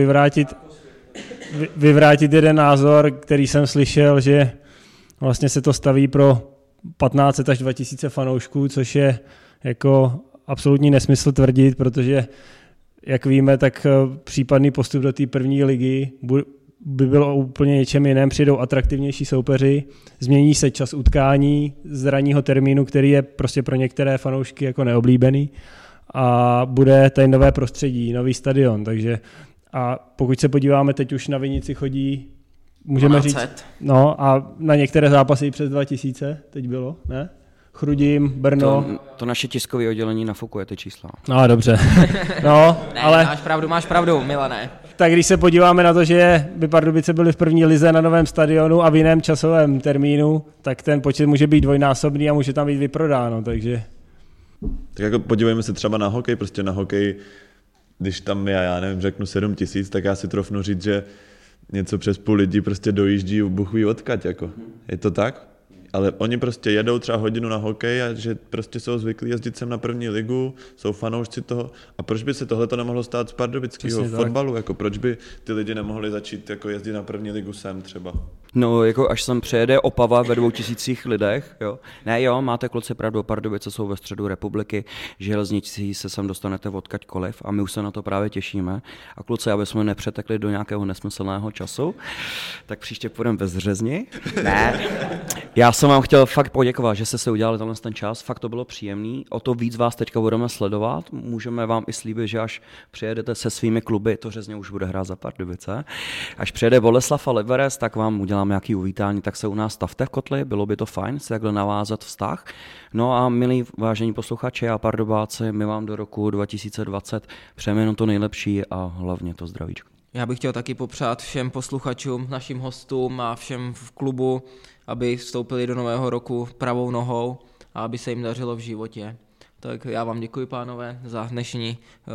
vyvrátit jeden názor, který jsem slyšel, že vlastně se to staví pro 1500 až 2000 fanoušků, což je jako absolutní nesmysl tvrdit, protože jak víme, tak případný postup do té první ligy by bylo úplně něčem jiném, přijdou atraktivnější soupeři, změní se čas utkání z ranního termínu, který je prostě pro některé fanoušky jako neoblíbený a bude tady nové prostředí, nový stadion, takže a pokud se podíváme, teď už na Vinici chodí, můžeme 12. říct, no a na některé zápasy i přes 2000 teď bylo, ne? Chrudim, Brno. To naše tiskové oddělení nafukuje ty čísla. No dobře, no, Ne, ale máš pravdu, Milané. tak když se podíváme na to, že by Pardubice byly v první lize na novém stadionu a v jiném časovém termínu, tak ten počet může být dvojnásobný a může tam být vyprodáno, takže... Tak jako podívejme se třeba na hokej, prostě na hokej, když tam já nevím, řeknu 7 000, tak já si trofnu říct, že něco přes půl lidí prostě dojíždí buchví odkaď, jako. Je to tak? Ale oni prostě jedou třeba hodinu na hokej a že prostě jsou zvyklí jezdit sem na první ligu, jsou fanoušci toho. A proč by se tohleto nemohlo stát z pardubického fotbalu? Jako proč by ty lidi nemohli začít jako jezdit na první ligu sem třeba? No, jako až sem přejede Opava ve 2000 lidech, jo. Ne, jo, máte kluci pravdu, Pardubice jsou ve středu republiky, železnicí se sem dostanete odkaďkoliv a my už se na to právě těšíme. A kluci, aby jsme nepřetekli do nějakého nesmyslného času, tak příště půjdeme bez Řezni. Ne, já jsem vám chtěl fakt poděkovat, že jste se udělali ten čas, fakt to bylo příjemný, o to víc vás teďka budeme sledovat, můžeme vám i slíbit, že až přijedete se svými kluby, to Řezně už bude hrát za Pardubice, až přijede Boleslav a Liberec, tak vám udělám nějaký uvítání, tak se u nás stavte v kotli, bylo by to fajn si takhle navázat vztah. No a milí vážení posluchači a Pardubáci, my vám do roku 2020 přejeme jenom to nejlepší a hlavně to zdravíčko. Já bych chtěl taky popřát všem posluchačům, našim hostům a všem v klubu, aby vstoupili do nového roku pravou nohou a aby se jim dařilo v životě. Tak já vám děkuji, pánové, za dnešní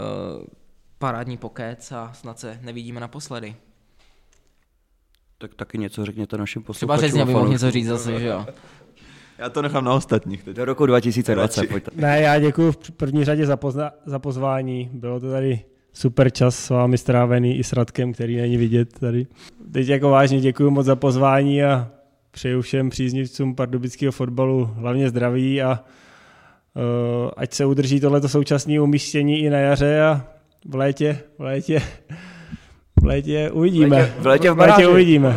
parádní pokec a snad se nevidíme naposledy. Tak taky něco řekněte našim Třeba posluchačům. Řezně by mohl něco říct zase, že jo? Já to nechám na ostatních teď. Do roku 2020. Pojďte. Ne, já děkuji v první řadě za pozvání, bylo to tady super čas s vámi strávený i s Radkem, který není vidět tady. Teď jako vážně děkuji moc za pozvání a přeju všem příznivcům pardubického fotbalu hlavně zdraví a ať se udrží tohleto současné umístění i na jaře a v létě uvidíme. V létě uvidíme.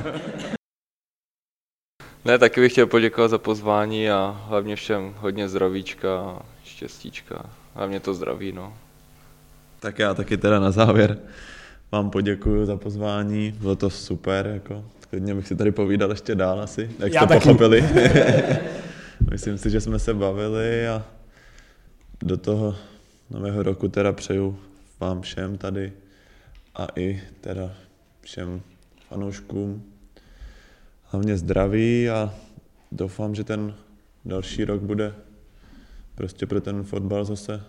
Ne, taky bych chtěl poděkovat za pozvání a hlavně všem hodně zdravíčka a štěstíčka. Hlavně to zdraví, no. Tak já taky teda na závěr vám poděkuju za pozvání, bylo to super, jako klidně bych si tady povídal ještě dál asi, jak jste pochopili. Myslím si, že jsme se bavili a do toho nového roku teda přeju vám všem tady a i teda všem fanouškům hlavně zdraví a doufám, že ten další rok bude prostě pro ten fotbal zase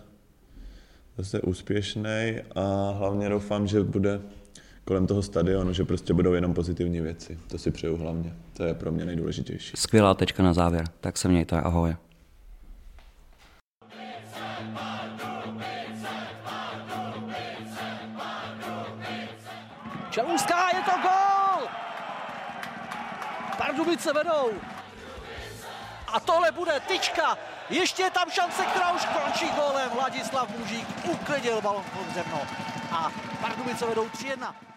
úspěšný a hlavně doufám, že bude kolem toho stadionu, že prostě budou jenom pozitivní věci. To si přeju hlavně. To je pro mě nejdůležitější. Skvělá tečka na závěr. Tak se mějte, ahoj. Čelůská, je to gól! Pardubice vedou. A tohle bude tyčka Ještě je tam šance, která už končí gólem. Ladislav Mužík uklidil balon pod břevno a Pardubice vedou 3-1.